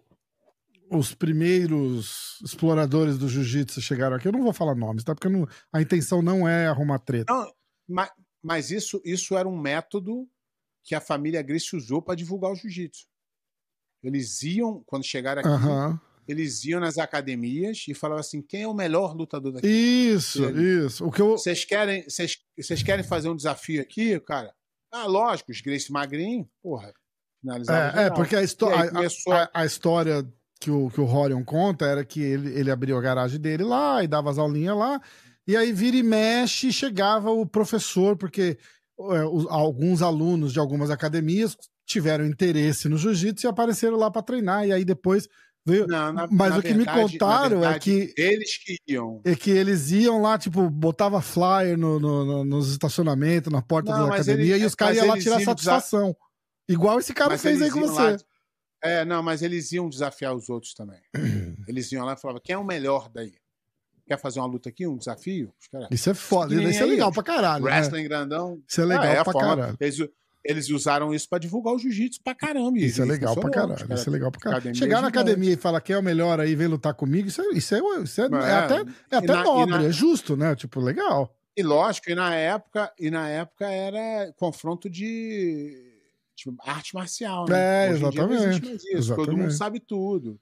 os primeiros exploradores do jiu-jitsu chegaram aqui, eu não vou falar nomes, tá? Porque eu não- a intenção não é arrumar treta. Não, mas, mas isso, isso era um método que a família Gracie usou para divulgar o jiu-jitsu. Eles iam, quando chegaram aqui, Aham. eles iam nas academias e falavam assim, quem é o melhor lutador daqui? Isso, Eles, isso. O que eu... Vocês querem, vocês, vocês querem fazer um desafio aqui, cara? Ah, lógico, os Gracie magrinho, porra, finalizava É, é, porque a, histó a, começou... a, a história que o, que o Rorion conta era que ele, ele abriu a garagem dele lá e dava as aulinhas lá, e aí vira e mexe chegava o professor, porque é, os, alguns alunos de algumas academias tiveram interesse no jiu-jitsu e apareceram lá para treinar, e aí depois veio... Não, na, Mas na o que verdade, me contaram verdade, é que eles que iam. É que eles iam lá, tipo, botava flyer no, no, no, nos estacionamentos, na porta Não, da mas academia, ele- e os caras mas iam lá eles tirar iam satisfação. Igual esse cara Mas fez aí eles com iam você. lá- É, não, mas eles iam desafiar os outros também. Eles iam lá e falavam, quem é o melhor daí? Quer fazer uma luta aqui, um desafio? Os caras, Isso é foda, nem isso é aí, legal ó. pra caralho, né? wrestling grandão. Isso é legal Ah, é a pra forma- caralho. Eles, eles usaram isso pra divulgar o jiu-jitsu pra caramba. e- Isso é e legal pra funcionou. Os caralho, caras- isso é legal pra caralho. academia Chegar na gigante. academia e falar quem é o melhor aí, vem lutar comigo, isso é, isso é, isso é, é É, até, é e até na- e nobre, na- é justo, né? Tipo, legal. E lógico, e na época, e na época era confronto de tipo, arte marcial, né? É, Hoje em dia não existe exatamente, mais isso. Todo mundo exatamente. sabe tudo.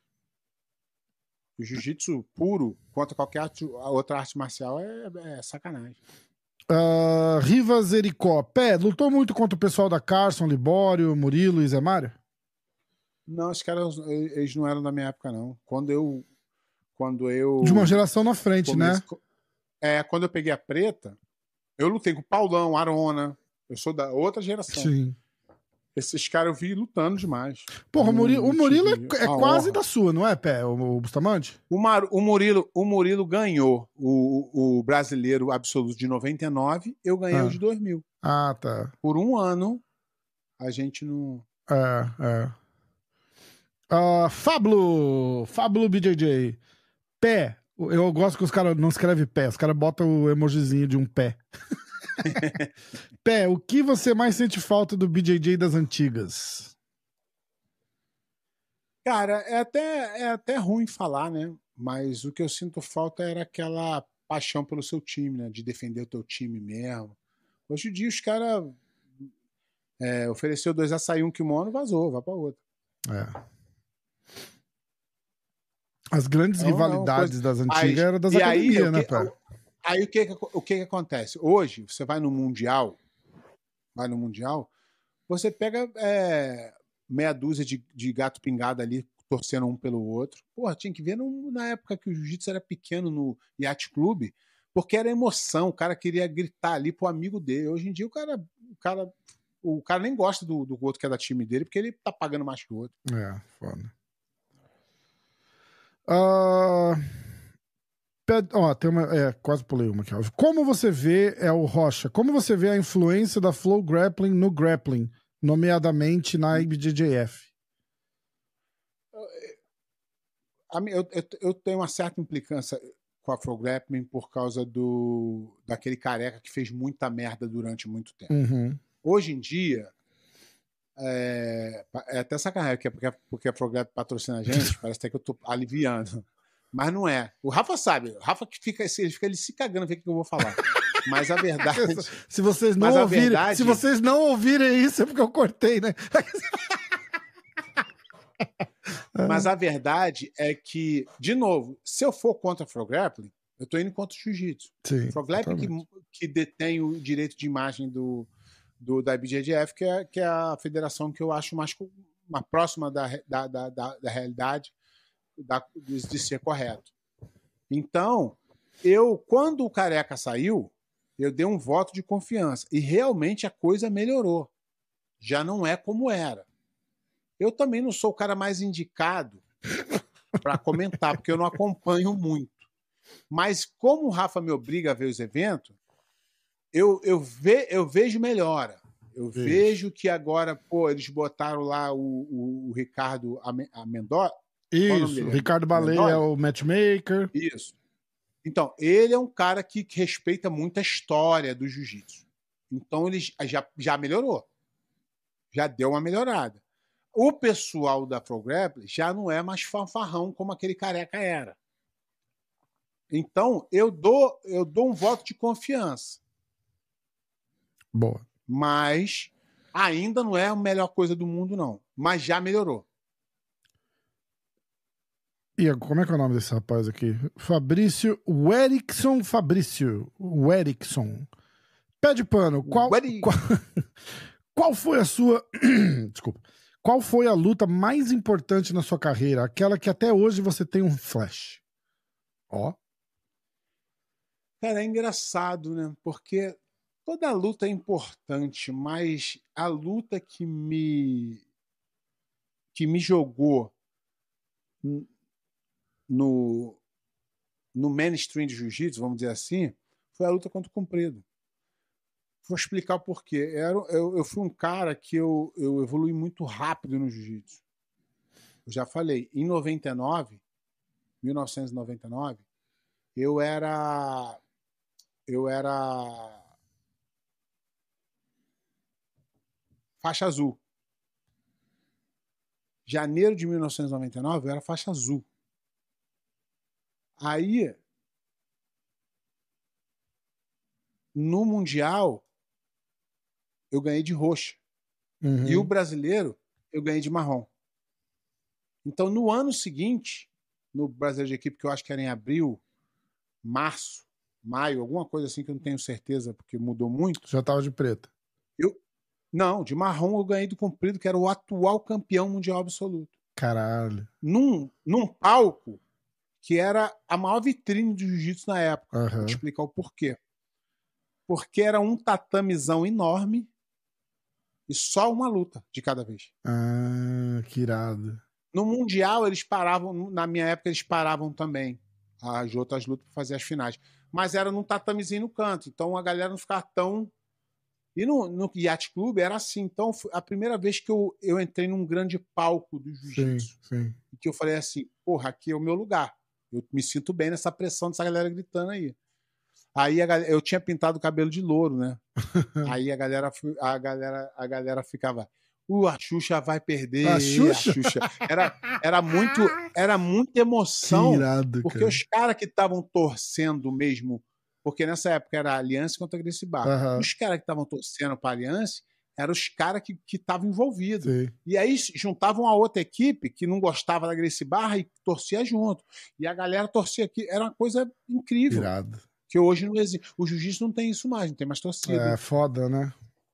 O jiu-jitsu puro contra qualquer arte- outra arte marcial é, é sacanagem. Uh, Rivas Ericó. Pé, lutou muito contra o pessoal da Carson, Libório, Murilo e Zé Mário? Não, os caras, eles não eram da minha época, não. Quando eu. Quando eu. De uma geração na frente, né? comece- É, quando eu peguei a preta, eu lutei com o Paulão, Arona. Eu sou da outra geração. Sim. Esses caras eu vi lutando demais. Porra, o Não- Murilo, o não Murilo tive é, é a quase honra. da sua, não é, Pé? O, o Bustamante? O, Mar- o Murilo, o Murilo ganhou o, o brasileiro absoluto de noventa e nove, eu ganhei Ah. o de dois mil. Ah, tá. Por um ano, a gente não. É, é. Ah, Fablo, Fablo B J J. Pé. Eu gosto que os caras não escrevem pé, os caras botam o emojizinho de um pé. Pé, o que você mais sente falta do B J J das antigas? Cara, é até, é até ruim falar, né? Mas o que eu sinto falta era aquela paixão pelo seu time, né? De defender o teu time mesmo. Hoje em dia os caras é, ofereceu dois açaí, um kimono, vazou, vai pra outra. É. As grandes Não, não, rivalidades coisa- das antigas Aí- eram das e aí, academias, o né, que- Pé? Aí o que, que o que que acontece? Hoje, você vai no Mundial, vai no Mundial, você pega é, meia dúzia de, de gato pingado ali, torcendo um pelo outro. Porra, tinha que ver no- na época que o jiu-jitsu era pequeno no Yacht Club, porque era emoção, o cara queria gritar ali pro amigo dele. Hoje em dia o cara, o cara, o cara nem gosta do, do outro que é da time dele, porque ele tá pagando mais que o outro. É, foda. Ah, ped- ó, tem uma. É, quase pulei uma aqui. Ó. Como você vê, é o Rocha, como você vê a influência da Flow Grappling no grappling, nomeadamente na I B J J F? A mim- Eu, eu, eu tenho uma certa implicância com a Flow Grappling por causa do daquele careca que fez muita merda durante muito tempo. Uhum. Hoje em dia, é, é até sacanagem, porque, porque, porque a Flow Grappling patrocina a gente, parece até que eu tô aliviando. Mas não é. O Rafa sabe. O Rafa que fica, ele fica ele se cagando ver o que eu vou falar. Mas a verdade. Se vocês não Mas a ouvirem, verdade- se vocês não ouvirem isso é porque eu cortei, né? Mas a verdade é que, de novo, se eu for contra a Flow Grappling, eu tô indo contra o Jiu-Jitsu. Sim. O Flow Grappling exatamente. que, que detém o direito de imagem do, do, da I B J J F, que é, que é a federação que eu acho mais, co- mais próxima da, re- da, da, da, da realidade da, de, de ser correto. Então, eu, quando o Careca saiu, eu dei um voto de confiança. E realmente a coisa melhorou. Já não é como era. Eu também não sou o cara mais indicado para comentar, porque eu não acompanho muito. Mas como o Rafa me obriga a ver os eventos, eu, eu, ve, eu vejo melhora. Eu Isso. vejo que agora, pô, eles botaram lá o, o, o Ricardo Ame- Amendola. Qual o nome Isso, dele? Ricardo Baleia Mendoza? é o matchmaker. Isso. Então, ele é um cara que respeita muito a história do jiu-jitsu. Então, ele já, já melhorou. Já deu uma melhorada. O pessoal da Flow Grappling já não é mais fanfarrão como aquele careca era. Então, eu dou, eu dou um voto de confiança. Boa. Mas ainda não é a melhor coisa do mundo, não. Mas já melhorou. E como é que é o nome desse rapaz aqui? Fabrício, o Erickson Fabrício. O Erickson. Pé de pano, qual, qual, qual foi a sua... Desculpa. Qual foi a luta mais importante na sua carreira? Aquela que até hoje você tem um flash. Ó. Cara, é engraçado, né? Porque toda luta é importante, mas a luta que me que me jogou no, no mainstream de jiu-jitsu, vamos dizer assim, foi a luta contra o Comprido. Vou explicar o porquê. Eu, eu, eu fui um cara que eu, eu evolui muito rápido no jiu-jitsu. Eu já falei, em noventa e nove, mil novecentos e noventa e nove, eu era eu era faixa azul. Janeiro de mil novecentos e noventa e nove eu era faixa azul. Aí, no Mundial, eu ganhei de roxa. Uhum. E o brasileiro, eu ganhei de marrom. Então, no ano seguinte, no brasileiro de equipe, que eu acho que era em abril, março, maio, alguma coisa assim que eu não tenho certeza, porque mudou muito. Já tava de preta. Eu, não, de marrom eu ganhei do Comprido, que era o atual campeão mundial absoluto. Caralho. Num, num palco que era a maior vitrine de jiu-jitsu na época. Uhum. Vou te explicar o porquê. Porque era um tatamizão enorme e só uma luta de cada vez. Ah, que irado. No Mundial, eles paravam, na minha época, eles paravam também as outras lutas para fazer as finais. Mas era num tatamezinho no canto, então a galera não ficava tão... E no, no Yacht Club era assim. Então, a primeira vez que eu, eu entrei num grande palco do jiu-jitsu, sim, sim. que eu falei assim, porra, aqui é o meu lugar. Eu me sinto bem nessa pressão dessa galera gritando aí. Aí a galera, eu tinha pintado o cabelo de louro, né? Aí a galera, a galera, a galera ficava, uh, a Xuxa vai perder. A Xuxa? A Xuxa. Era, era, muito, era muita emoção. Que irado, porque cara. os caras que estavam torcendo mesmo, porque nessa época era Aliança contra a Gracie Barra. Uhum. Os caras que estavam torcendo para a Aliança eram os caras que estavam envolvidos. Sim. E aí juntavam a outra equipe que não gostava da Gracie Barra e torcia junto. E a galera torcia aqui. Era uma coisa incrível. Irado. Que hoje não existe. O jiu-jitsu não tem isso mais, não tem mais torcida. É foda, né?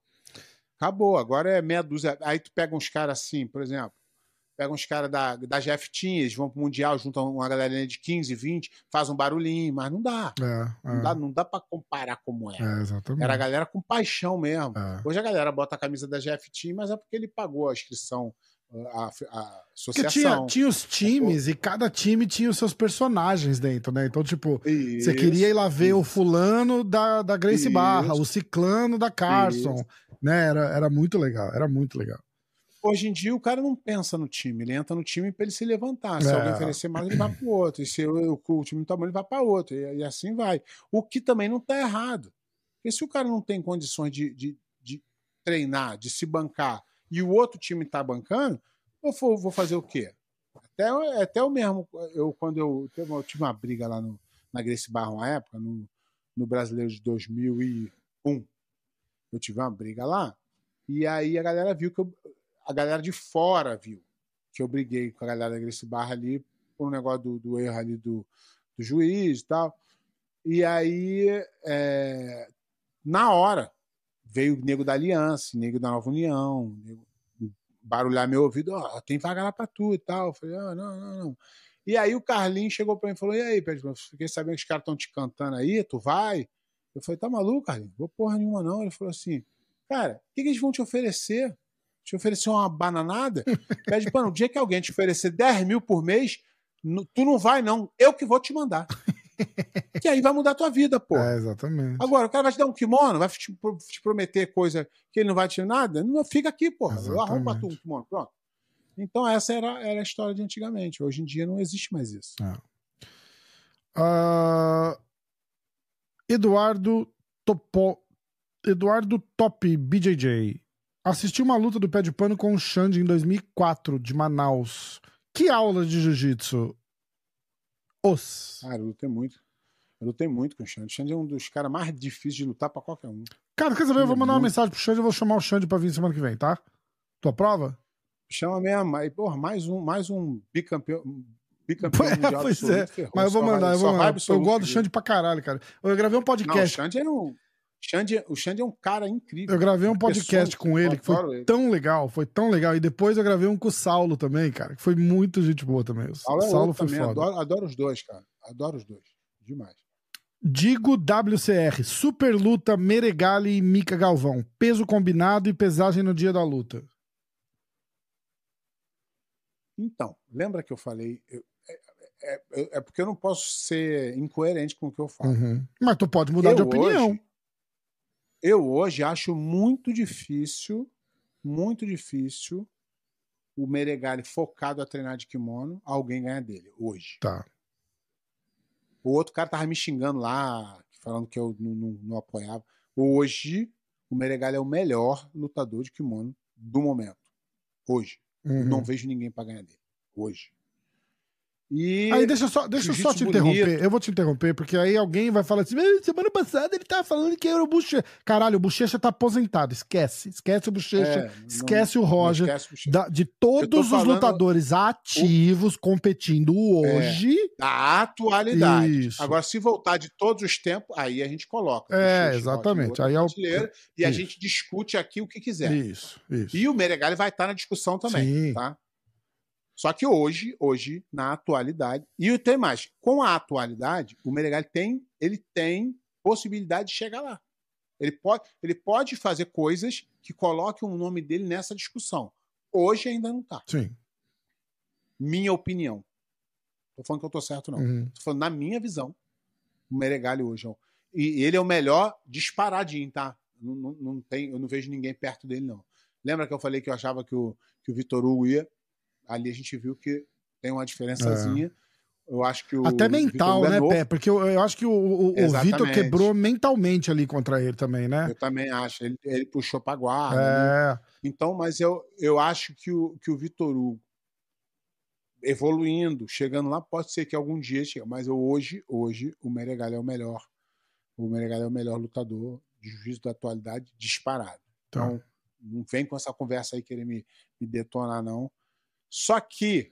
Acabou. Agora é meia dúzia. Aí tu pega uns caras assim, por exemplo. Pega uns caras da, da G F Team, eles vão pro Mundial, juntam uma galerinha de quinze, vinte, faz um barulhinho, mas não dá. É, não é. dá. Não dá pra comparar como era. É, exatamente. Era a galera com paixão mesmo. É. Hoje a galera bota a camisa da G F Team, mas é porque ele pagou a inscrição, a, a associação. Porque tinha, tinha os times, e cada time tinha os seus personagens dentro, né? Então, tipo, isso, você queria ir lá ver isso. o fulano da, da Gracie isso. Barra, o ciclano da Carson, isso. né? Era, era muito legal, era muito legal. Hoje em dia o cara não pensa no time, ele entra no time para ele se levantar. Se é. alguém oferecer mais, ele vai para o outro. E se o, o time não tá bom, ele vai para outro. E, e assim vai. O que também não está errado. Porque se o cara não tem condições de, de, de treinar, de se bancar, e o outro time está bancando, eu vou, vou fazer o quê? Até, até eu mesmo, eu, quando eu, eu tive uma briga lá no, na Gracie Barra uma época, no, no Brasileiro de dois mil e um, eu tive uma briga lá, e aí a galera viu que eu. A galera de fora viu que eu briguei com a galera da Gracie Barra ali por um negócio do, do erro ali do, do juiz e tal. E aí, é, na hora, veio o nego da Aliança, o nego da Nova União, nego, barulhar meu ouvido, ó, oh, tem vaga lá pra tu e tal. Eu falei, ah, não, não, não. E aí o Carlinhos chegou pra mim e falou, e aí, Pedro, fiquei sabendo que os caras estão te cantando aí, tu vai? Eu falei, tá maluco, Carlinhos? Vou porra nenhuma não. Ele falou assim, cara, o que, que eles vão te oferecer? Te oferecer uma bananada? Pede, pano, o dia que alguém te oferecer dez mil por mês, tu não vai, não. Eu que vou te mandar. Que aí vai mudar a tua vida, pô. É, exatamente. Agora, o cara vai te dar um kimono, vai te, te prometer coisa que ele não vai te dar nada, não fica aqui, pô. Eu arrumo pra tu um kimono, pronto. Então, essa era, era a história de antigamente. Hoje em dia não existe mais isso. É. Uh, Eduardo Topo, Eduardo Top B J J. Assisti uma luta do Pé de Pano com o Xande em dois mil e quatro, de Manaus. Que aula de jiu-jitsu? Os. Ah, eu lutei muito. Eu lutei muito com o Xande. O Xande é um dos caras mais difíceis de lutar pra qualquer um. Cara, quer saber? Eu vou mandar uma mensagem pro Xande e vou chamar o Xande pra vir semana que vem, tá? Tua prova? Chama mesmo. Aí, porra, mais um, mais um bicampeão, bicampeão É, mundial pois absoluto, é. ferrou. Mas eu vou Só mandar, vai- eu só vou vai mandar. Eu absoluto gosto do dele. Xande pra caralho, cara. Eu gravei um Não, o podcast. Xande é um. Xande, o Xande é um cara incrível. Eu gravei um Uma pessoa podcast com incrível, ele eu que foi adoro ele. tão legal, foi tão legal. E depois eu gravei um com o Saulo também, cara, que foi muito gente boa também. O Paulo é Saulo outro foi também. foda. Adoro, adoro os dois, cara. Adoro os dois. Demais. Digo W C R, super luta Meregali e Mika Galvão. Peso combinado e pesagem no dia da luta. Então, lembra que eu falei. eu- é, é- é porque eu não posso ser incoerente com o que eu falo. Uhum. Mas tu pode mudar eu de opinião. Hoje, eu hoje acho muito difícil, muito difícil o Meregali focado a treinar de kimono, alguém ganhar dele, hoje. Tá. O outro cara tava me xingando lá, falando que eu não, não- não apoiava. Hoje, o Meregali é o melhor lutador de kimono do momento. Hoje. Eu Uhum. não vejo ninguém pra ganhar dele. Hoje. E Aí deixa eu só, deixa eu só jiu-jitsu te interromper. bonito. Eu vou te interromper, porque aí alguém vai falar assim: "Mas semana passada ele tava falando que era o Bochecha." Caralho, o Bochecha tá aposentado. Esquece. Esquece o Bochecha. É, não- esquece o não Roger. esquece o Bochecha. Da- de Eu tô todos os falando lutadores ativos competindo hoje. Da atualidade. Isso. Agora, se voltar de todos os tempos, aí a gente coloca. É, Bochecha, exatamente. Roger, Aí é o- brasileiro, e a isso. gente discute aqui o que quiser. Isso, isso. E o Meregali vai estar na discussão também, Sim. tá? Só que hoje, hoje, na atualidade, e tem mais, com a atualidade, o Meregali tem, ele tem possibilidade de chegar lá. Ele pode, ele pode fazer coisas que coloquem o nome dele nessa discussão. Hoje ainda não tá. Sim. Minha opinião. Tô falando que eu tô certo, não. Uhum. Tô falando na minha visão. O Meregali hoje. Ó. E ele é o melhor disparadinho, tá? Não, não, não tem, eu não vejo ninguém perto dele, não. Lembra que eu falei que eu achava que o, que o Vitor Hugo ia? Ali a gente viu que tem uma diferençazinha. É. Eu acho que o Até mental, Vitor Hugo é né, novo. Pé? Porque eu, eu acho que o, o, o Exatamente. Vitor quebrou mentalmente ali contra ele também, né? Eu também acho. Ele, ele puxou pra guarda. Né? É. Então, mas eu, eu acho que o, que o Vitor Hugo evoluindo, chegando lá, pode ser que algum dia chegue. Mas eu, hoje, hoje, o Meregali é o melhor. O Meregali é o melhor lutador de jiu-jitsu da atualidade, disparado. Tá. Então, não vem com essa conversa aí querer me, me detonar, não. Só que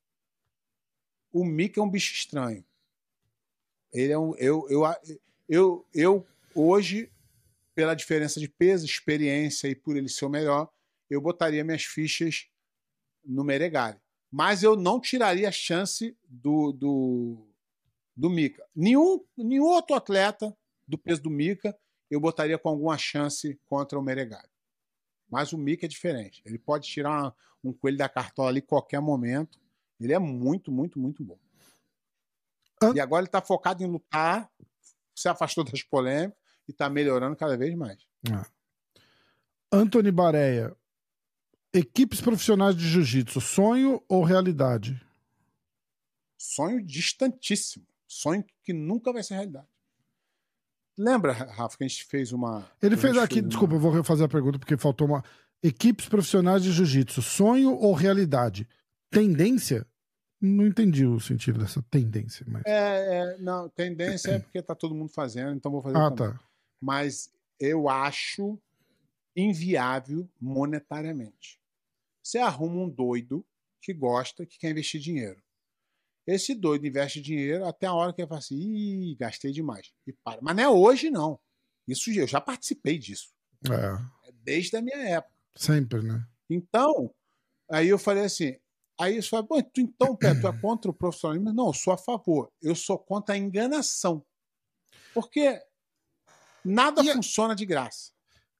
o Mika é um bicho estranho. Ele é um. Eu, eu, eu, eu, hoje, pela diferença de peso, experiência e por ele ser o melhor, eu botaria minhas fichas no Meregali. Mas eu não tiraria a chance do, do, do Mika. Nenhum, nenhum outro atleta do peso do Mika eu botaria com alguma chance contra o Meregali. Mas o Mika é diferente. Ele pode tirar um coelho da cartola ali em qualquer momento. Ele é muito, muito, muito bom. Ah. E agora ele está focado em lutar, se afastou das polêmicas e está melhorando cada vez mais. Ah. Anthony Bareia. Equipes profissionais de jiu-jitsu, sonho ou realidade? Sonho distantíssimo. Sonho que nunca vai ser realidade. Lembra, Rafa, que a gente fez uma... Ele fez gente aqui, fez desculpa, uma... eu vou refazer a pergunta porque faltou uma. Equipes profissionais de jiu-jitsu, sonho ou realidade? Tendência? Não entendi o sentido dessa tendência. Mas... É, é, não, tendência é porque tá todo mundo fazendo, então vou fazer Ah, também. tá. Mas eu acho inviável monetariamente. Você arruma um doido que gosta, que quer investir dinheiro. Esse doido investe dinheiro até a hora que ele fala assim, ih, gastei demais. E para. Mas não é hoje, não. Isso eu já participei disso. É, Desde a minha época. sempre, né? Então, aí eu falei assim, aí eu falei, bom, tu, então, Pé, tu é contra o profissionalismo? Não, eu sou a favor. Eu sou contra a enganação. Porque nada E a- funciona de graça.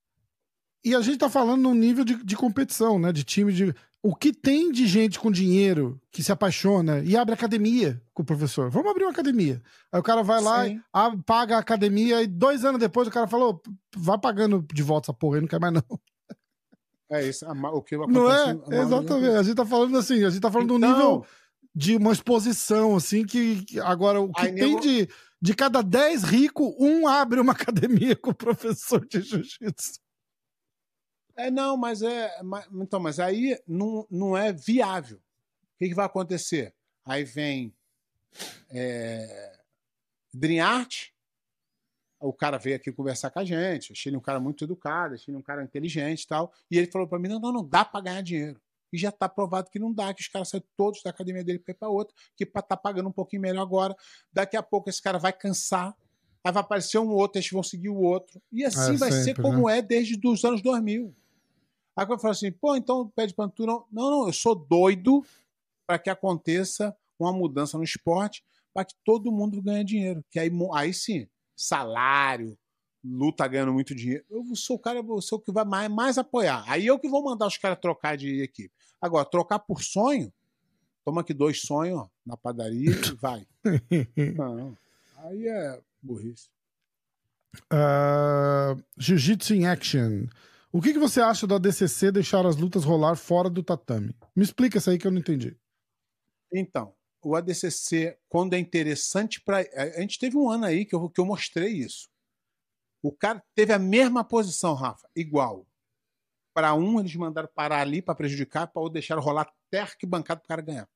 E a gente tá falando num nível de, de competição, né? De time de. O que tem de gente com dinheiro que se apaixona e abre academia com o professor? Vamos abrir uma academia. Aí o cara vai lá, Sim. a- paga a academia e dois anos depois o cara falou: vai pagando de volta essa porra aí, não quer mais não. É isso. a ma- O que acontece Não é? a maioria Exatamente. das- A gente tá falando assim, a gente tá falando de um Então, nível de uma exposição, assim, que que agora o que Aí, tem nego- de, de cada dez ricos, um abre uma academia com o professor de jiu-jitsu. É, não, mas é. mas- Então, mas aí não, não é viável. O que, que vai acontecer? Aí vem é, Dream Art, o cara veio aqui conversar com a gente, achei ele um cara muito educado, achei ele um cara inteligente e tal, e ele falou pra mim, não, não, não dá pra ganhar dinheiro. E já tá provado que não dá, que os caras saem todos da academia dele para ir para outra, que tá pagando um pouquinho melhor agora. Daqui a pouco esse cara vai cansar, aí vai aparecer um outro, eles vão seguir o outro. E assim É, vai sempre, ser como né? é desde os anos dois mil. Aí eu falo assim, pô, então pede pra tu não. Não, não, eu sou doido para que aconteça uma mudança no esporte para que todo mundo ganhe dinheiro. Que aí, aí sim, salário, luta ganhando muito dinheiro. Eu sou o cara, eu sou o que vai mais, mais apoiar. Aí eu que vou mandar os caras trocar de equipe. Agora, trocar por sonho, toma aqui dois sonhos ó, na padaria e vai. Não, aí é burrice. Uh, Jiu-Jitsu in Action. O que, que você acha do A D C C deixar as lutas rolar fora do tatame? Me explica isso aí que eu não entendi. Então, o A D C C, quando é interessante para... A gente teve um ano aí que eu, que eu mostrei isso. O cara teve a mesma posição, Rafa, igual. Para um, eles mandaram parar ali para prejudicar, para outro deixaram rolar até arquibancada para o cara ganhar.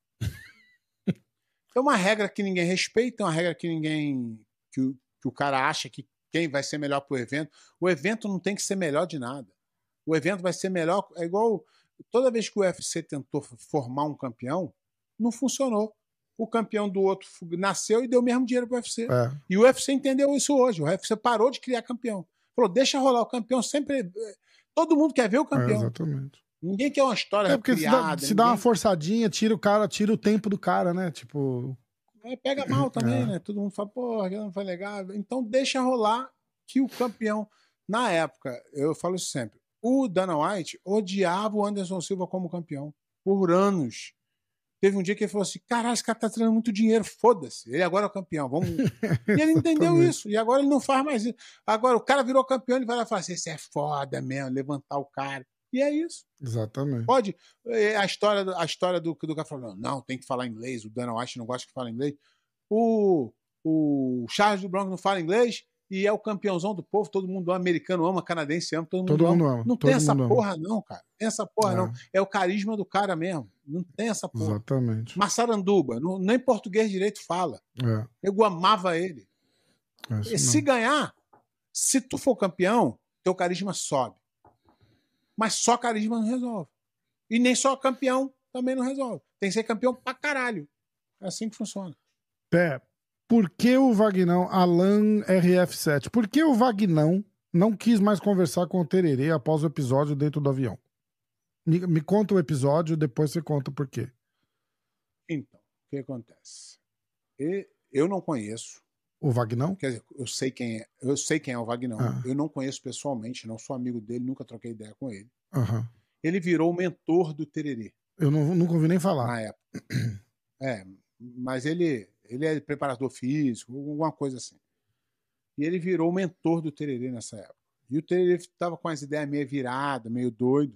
É uma regra que ninguém respeita, é uma regra que ninguém... Que, o, que o cara acha que quem vai ser melhor para o evento. O evento não tem que ser melhor de nada. O evento vai ser melhor... É igual... Toda vez que o U F C tentou formar um campeão, não funcionou. O campeão do outro nasceu e deu o mesmo dinheiro para o U F C. É. E o U F C entendeu isso hoje. O U F C parou de criar campeão. Falou, deixa rolar o campeão sempre... Todo mundo quer ver o campeão. É, exatamente. Ninguém quer uma história é porque criada. Se, dá, se ninguém... dá uma forçadinha, tira o cara, tira o tempo do cara, né? Tipo... É, pega mal também, é. né? Todo mundo fala, pô, aquilo não foi legal. Então deixa rolar que o campeão... Na época, eu falo isso sempre, o Dana White odiava o Anderson Silva como campeão. Por anos. Teve um dia que ele falou assim, caralho, esse cara tá trazendo muito dinheiro, foda-se. Ele agora é o campeão, vamos... E ele entendeu isso. E agora ele não faz mais isso. Agora o cara virou campeão, ele vai lá e fala assim, isso é foda mesmo, levantar o cara. E é isso. Exatamente. Pode. A história, a história do que o cara falou, não, tem que falar inglês, o Dana White não gosta que fala inglês. O, o Charles do Bronx não fala inglês e é o campeãozão do povo, todo mundo ama, americano ama, canadense ama, todo mundo, todo ama. mundo ama. Não todo tem essa mundo porra ama. não, cara. Tem essa porra é. não. É o carisma do cara mesmo. Não tem essa porra. Exatamente. Massaranduba, não, nem português direito fala. É. Eu amava ele. É e se não. ganhar, se tu for campeão, teu carisma sobe. Mas só carisma não resolve. E nem só campeão também não resolve. Tem que ser campeão pra caralho. É assim que funciona. Pé, por que o Vagnão, Alan R F sete, por que o Vagnão não quis mais conversar com o Tererê após o episódio dentro do avião? Me, me conta o episódio, depois você conta por quê. Então, o que acontece? E eu não conheço. O Vagnão? Quer dizer, eu sei quem é, eu sei quem é o Vagnão. Ah. Eu não conheço pessoalmente, não sou amigo dele, nunca troquei ideia com ele. Uhum. Ele virou o mentor do Tererê. Eu não, nunca ouvi nem falar. Na época. É, mas ele, ele é preparador físico, alguma coisa assim. E ele virou o mentor do Tererê nessa época. E o Tererê estava com as ideias meio viradas, meio doido.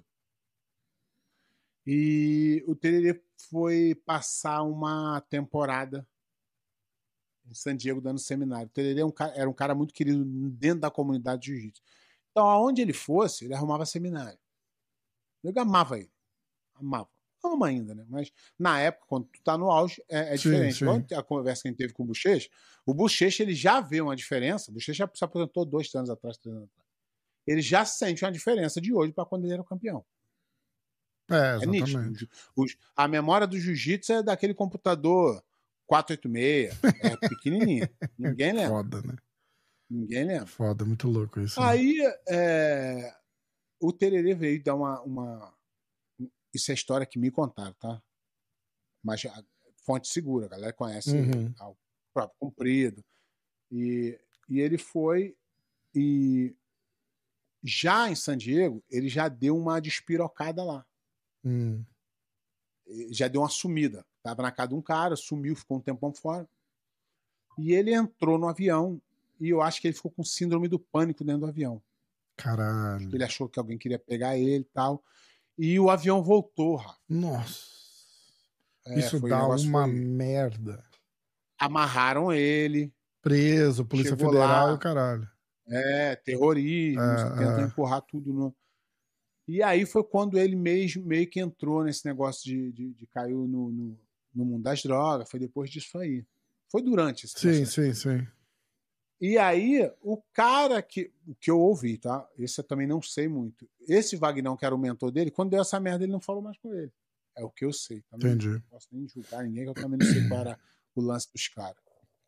E o Tererê foi passar uma temporada em San Diego dando seminário. O Tererê um cara, era um cara muito querido dentro da comunidade de jiu-jitsu. Então, aonde ele fosse, ele arrumava seminário. Eu amava ele. Amava. Ama ainda, né? Mas na época, quando tu tá no auge, é, é sim, diferente. sim. Igual a conversa que a gente teve com o Bochecha, o Bochecha, ele já vê uma diferença. O Bochecha já se aposentou dois anos atrás, três anos atrás. Ele já sente uma diferença de hoje para quando ele era o campeão. É, é exatamente. O, o, a memória do jiu-jitsu é daquele computador quatrocentos e oitenta e seis. É pequenininho. Ninguém lembra. Foda, né? Ninguém lembra. Foda, muito louco isso. Aí, né? é, o Tererê veio dar uma, uma... Isso é história que me contaram, tá? Mas a fonte segura, a galera conhece uhum. o próprio Comprido. E, e ele foi e já em San Diego, ele já deu uma despirocada lá. Hum. Já deu uma sumida. Tava na casa de um cara, sumiu, ficou um tempão fora. E ele entrou no avião e eu acho que ele ficou com síndrome do pânico dentro do avião. Caralho. Ele achou que alguém queria pegar ele e tal. E o avião voltou, Rafa. Nossa. É, Isso dá uma foi... merda. Amarraram ele. Preso, Polícia Federal lá, e o caralho. É, terrorismo, é, tentam é. empurrar tudo. No... E aí foi quando ele mesmo, meio que entrou nesse negócio de, de, de caiu no, no, no mundo das drogas. Foi depois disso aí. Foi durante esse Sim, processo. sim, sim. E aí, o cara que, que eu ouvi, tá? Esse eu também não sei muito. Esse Vagnão, que era o mentor dele, quando deu essa merda, ele não falou mais com ele. É o que eu sei. Também Entendi. Não posso nem julgar ninguém, que eu também não sei qual era o lance dos caras.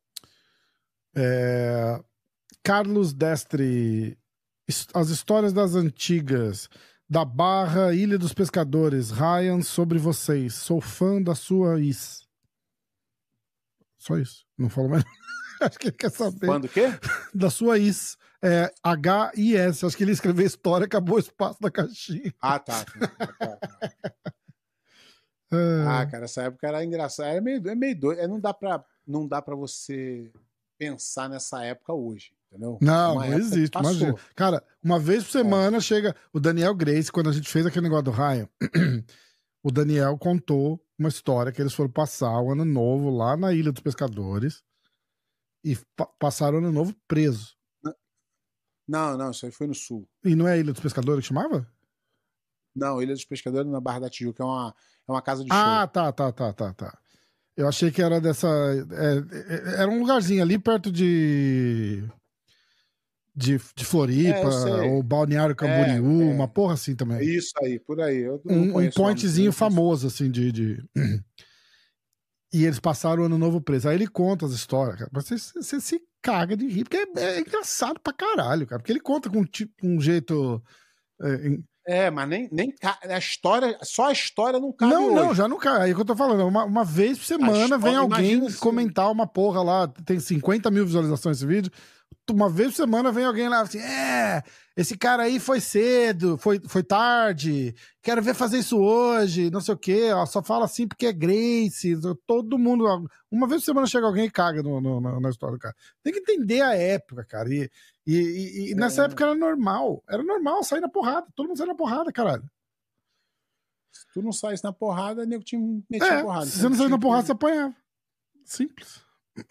É... Carlos Destre, as histórias das antigas, da Barra, Ilha dos Pescadores, Ryan, sobre vocês. Sou fã da sua is. Só isso. Não falo mais. Acho que ele quer saber. Fã do quê? Da sua is. É H I S. Acho que ele escreveu história, acabou o espaço da caixinha. Ah, tá. tá, tá, tá. É... Ah, cara, essa época era engraçada. É meio, é meio doido. É, não dá pra, não dá pra você pensar nessa época hoje. Entendeu? Não, uma não existe, imagina. Cara, uma vez por semana é. chega o Daniel Grace, quando a gente fez aquele negócio do Ryan, o Daniel contou uma história que eles foram passar o ano novo lá na Ilha dos Pescadores e pa passaram o ano novo preso. Não, não, isso aí foi no sul. E não é a Ilha dos Pescadores que chamava? Não, Ilha dos Pescadores na Barra da Tijuca, é uma, é uma casa de show. Ah, tá, tá, tá, tá, tá. Eu achei que era dessa... É, é, era um lugarzinho ali perto de... De, de Floripa, é, ou Balneário Camboriú, é, é, uma porra assim também. Isso aí, por aí. Eu um, um pointzinho famoso, assim, de, de... E eles passaram o ano novo preso. Aí ele conta as histórias, cara. Você, você se caga de rir, porque é, é engraçado pra caralho, cara. Porque ele conta com tipo, um jeito... É, em... é, mas nem, nem a história, só a história não cabe. Não, hoje. não, já não cai. Aí que eu tô falando, uma, uma vez por semana história, vem alguém comentar assim. Uma porra lá, tem cinquenta mil visualizações esse vídeo. Uma vez por semana vem alguém lá assim, é, esse cara aí foi cedo, foi, foi tarde, quero ver fazer isso hoje, não sei o quê, ó, só fala assim porque é Grace, todo mundo, uma vez por semana chega alguém e caga no, no, na história do cara. Tem que entender a época, cara, e, e, e, e nessa é. época era normal, era normal sair na porrada, todo mundo saía na porrada, caralho. Se tu não saísse na porrada, nego te metia é, porrada. Se você não saísse na porrada, você apanhava. Simples.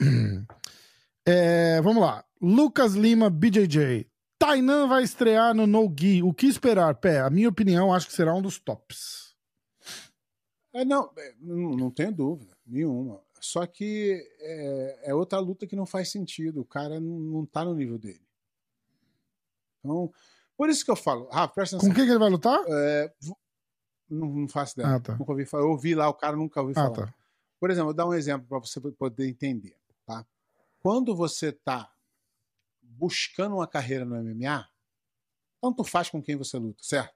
É, vamos lá. Lucas Lima, B J J. Tainan vai estrear no No Gi. O que esperar? Pé, a minha opinião, acho que será um dos tops. É, não, não, não tenho dúvida nenhuma. Só que é, é outra luta que não faz sentido. O cara não, não tá no nível dele. Então, por isso que eu falo. Rafa, presta atenção. Com quem que ele vai lutar? É, não, não faço ideia. Ah, tá. Nunca ouvi falar. Eu ouvi lá, o cara nunca ouviu falar. Ah, tá. Por exemplo, vou dar um exemplo para você poder entender. Tá? Quando você tá buscando uma carreira no M M A, tanto faz com quem você luta, certo?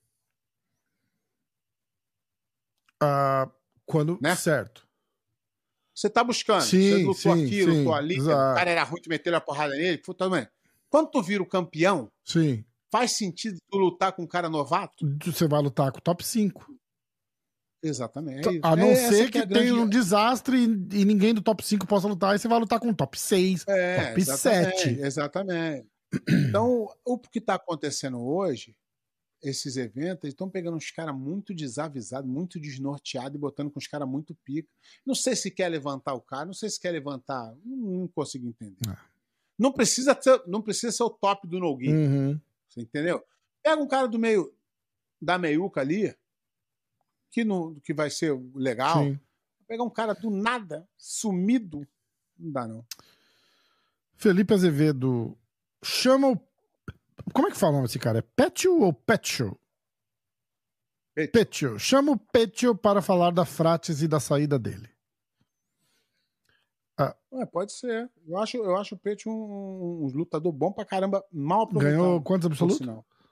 Uh, quando... Né? Certo. Você tá buscando, sim, você lutou sim, aqui, sim, lutou ali, exato. O cara era ruim, tu meteu a porrada nele, puta, mãe. Quando tu vira o campeão, sim. Faz sentido tu lutar com um cara novato? Você vai lutar com o top cinco. Exatamente. É a não é ser que, que é tenha grande... um desastre e, e ninguém do top cinco possa lutar, e você vai lutar com o top seis, é, top exatamente, sete. Exatamente. Então, o que está acontecendo hoje, esses eventos, estão pegando uns caras muito desavisados, muito desnorteados e botando com os caras muito pica. Não sei se quer levantar o cara, não sei se quer levantar, não, não consigo entender. É. Não, precisa ser, não precisa ser o top do no-gi. Uhum. Você entendeu? Pega um cara do meio, da meiuca ali, que, não, que vai ser legal. Sim. Pegar um cara do nada, sumido, não dá não. Felipe Azevedo, chama o... Como é que fala o nome desse cara? É Petio ou Petio? Petio. Petio. Chama o Petio para falar da Frates e da saída dele. Ah. É, pode ser. Eu acho, eu acho o Petio um, um lutador bom pra caramba, mal aproveitado. Ganhou quantos absolutos?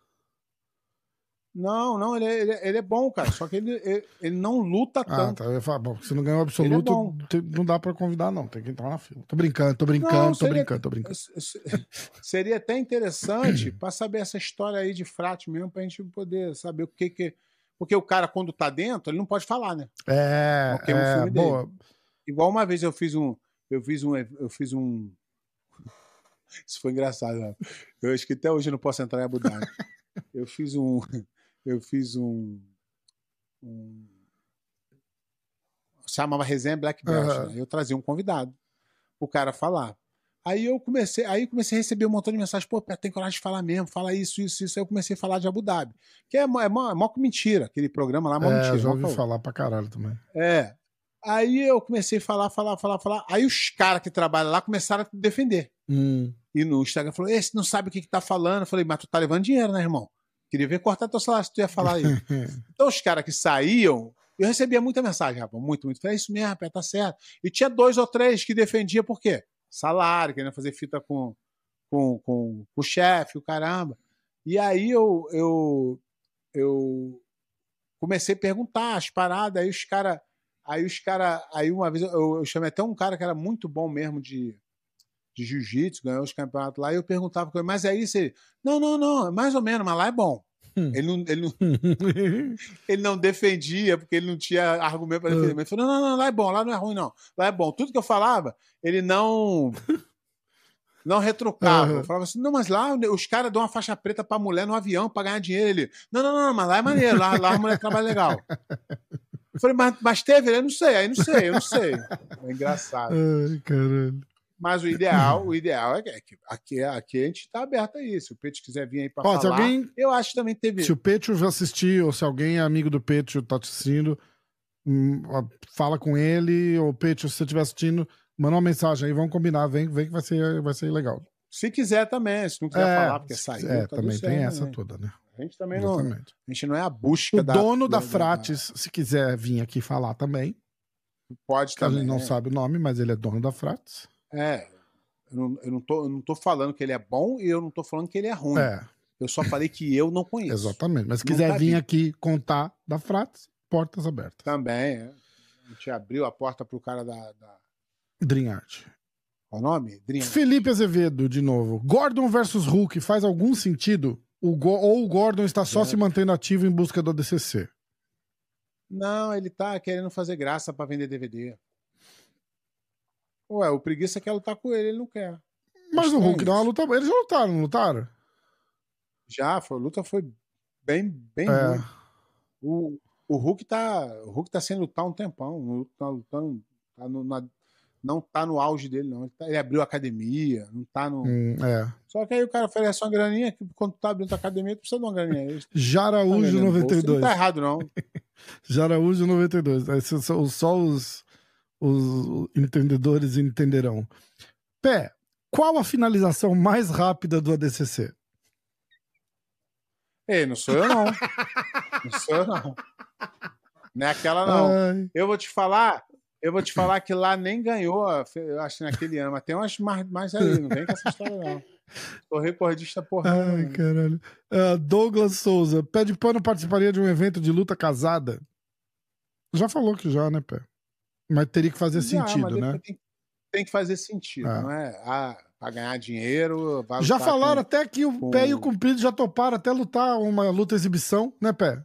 Não, não, ele é, ele, é, ele é bom, cara. Só que ele, ele, ele não luta ah, tanto. Tá, eu ia falar, bom, se não ganhou absoluto, é não dá pra convidar, não. Tem que entrar na fila. Tô brincando, tô brincando, não, seria, tô brincando, tô brincando. Seria até interessante pra saber essa história aí de Frate mesmo, pra gente poder saber o que que... Porque o cara, quando tá dentro, ele não pode falar, né? É, é, é um boa. Dele. Igual uma vez eu fiz um... Eu fiz um... Eu fiz um... Isso foi engraçado, né? Eu acho que até hoje eu não posso entrar em Abu Dhabi. Eu fiz um... Eu fiz um... um chamava Resenha Black Belt. Uhum. Né? Eu trazia um convidado. O cara falar. Aí eu comecei, aí comecei a receber um montão de mensagens. Pô, tem coragem de falar mesmo, fala isso, isso, isso. Aí eu comecei a falar de Abu Dhabi. Que é mó, é mó, é mó mentira. Aquele programa lá é mó é, mentira. Já ouvi falar pra caralho também. É. Aí eu comecei a falar, falar, falar, falar. Aí os caras que trabalham lá começaram a defender. Hum. E no Instagram falou: esse não sabe o que, que tá falando. Eu falei, mas tu tá levando dinheiro, né, irmão? Queria ver cortar teu salário se tu ia falar aí. Então os caras que saíam Eu recebia muita mensagem, rapaz, muito, muito. Falei, é isso mesmo, rapaz, tá certo. E tinha dois ou três que defendia por quê? Salário, querendo fazer fita com, com, com, com o chefe, o caramba. E aí eu, eu, eu comecei a perguntar as paradas, aí os caras, aí os caras, aí uma vez eu, eu chamei até um cara que era muito bom mesmo de, de jiu-jitsu, ganhou os campeonatos lá, e eu perguntava com ele, mas aí você, não, não, não, mais ou menos, mas lá é bom. Ele não, ele, não, ele não defendia, porque ele não tinha argumento para defender. Mas ele falou: não, não, não, lá é bom, lá não é ruim, não. Lá é bom. Tudo que eu falava, ele não não retrucava. Eu falava assim: não, mas lá os caras dão uma faixa preta pra mulher no avião pra ganhar dinheiro. Ele: não, não, não, mas lá é maneiro, lá, lá a mulher trabalha legal. Eu falei: mas, mas teve? Ele: eu não sei, aí não sei, eu não sei. É engraçado. Ai, caralho. Mas o ideal, o ideal é que aqui, aqui a gente tá aberto a isso. Se o Petro quiser vir aí pra Ó, falar, se alguém, eu acho que também teve. Se o Petro já assistiu, ou se alguém é amigo do Petro tá te assistindo, hum, fala com ele, ou Petro, se você estiver assistindo, manda uma mensagem aí, vamos combinar, vem, vem que vai ser, vai ser legal. Se quiser também, se não quiser é, falar porque saiu. É, tá também tem essa também. toda, né? A gente também não, a gente não é a busca o da... O dono da, da Frates, da... se quiser vir aqui falar também. Pode também. A gente não é. sabe o nome, mas ele é dono da Frates. É, eu não, eu, não tô, eu não tô falando que ele é bom e eu não tô falando que ele é ruim. É. Eu só falei que eu não conheço. Exatamente. Mas se quiser vir vi. aqui contar da Frates, portas abertas. Também, é. A gente abriu a porta pro cara da... da... Dream Art. Qual o nome? Dream Art. Felipe Azevedo, de novo. Gordon versus Hulk faz algum sentido? O Go... Ou o Gordon está só é. se mantendo ativo em busca do A D C C? Não, ele tá querendo fazer graça pra vender D V D. Ué, o Preguiça quer lutar com ele, ele não quer. Mas o Hulk dá uma luta... Eles já lutaram, não lutaram? Já, foi, a luta foi bem, bem é. ruim. O, o, Hulk tá, o Hulk tá sem lutar um tempão. Não tá lutando, tá no, na, não tá no auge dele, não. Ele, tá, ele abriu a academia, não tá no... Hum, é. Só que aí o cara oferece uma graninha, que quando tu tá abrindo a academia, tu precisa de uma graninha. Jaraújo tá noventa e dois. Não tá errado, não. Jaraújo noventa e dois. Esses são só os... Os entendedores entenderão. Pé, qual a finalização mais rápida do A D C C? Ei, não sou eu não. Não sou eu não. Não é aquela não. Ai. Eu vou te falar, eu vou te falar que lá nem ganhou, eu acho, naquele ano, mas tem umas mais, mais aí, não vem com essa história não. Sou recordista porra. Ai, caralho. Uh, Douglas Souza, Pé de Pano participaria de um evento de luta casada? Já falou que já, né, Pé? Mas teria que fazer já, sentido, né? Tem, tem que fazer sentido, é. não é? Ah, pra ganhar dinheiro... Já falaram com, até que o com... Pé e o Comprido já toparam até lutar uma luta exibição, né, Pé?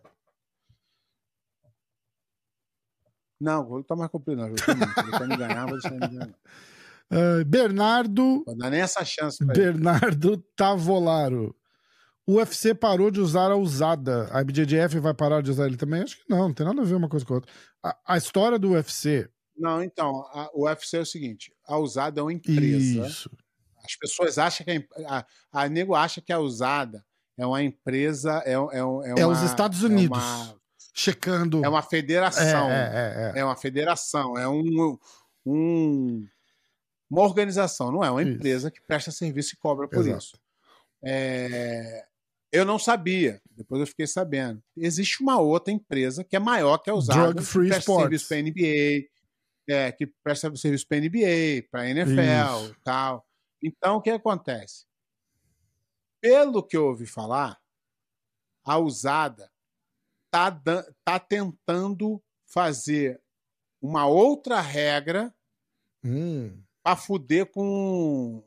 Não, vou lutar mais Comprido, não. Eu vou deixar me ganhar, vou deixar me ganhar. Uh, Bernardo... Não dá nem essa chance pra Bernardo ele. Tavolaro. O U F C parou de usar a usada. A I B J J F vai parar de usar ele também? Acho que não, não tem nada a ver uma coisa com a outra. A, a história do U F C... Não, então, a, o U F C é o seguinte, a usada é uma empresa. Isso. As pessoas acham que... A, a, a nego acha que a usada é uma empresa... É, é, é, uma, é os Estados Unidos é uma, checando... É uma federação. É, é, é, é. é uma federação, é um, um, uma organização, não é uma empresa isso. que presta serviço e cobra por Exato. isso. É... Eu não sabia, depois eu fiquei sabendo. Existe uma outra empresa que é maior que a usada, Drug Free que presta Sports. serviço para N B A, é, que presta serviço para N B A, para N F L e tal. Então, o que acontece? Pelo que eu ouvi falar, a usada tá, tá tentando fazer uma outra regra hum. para fuder com,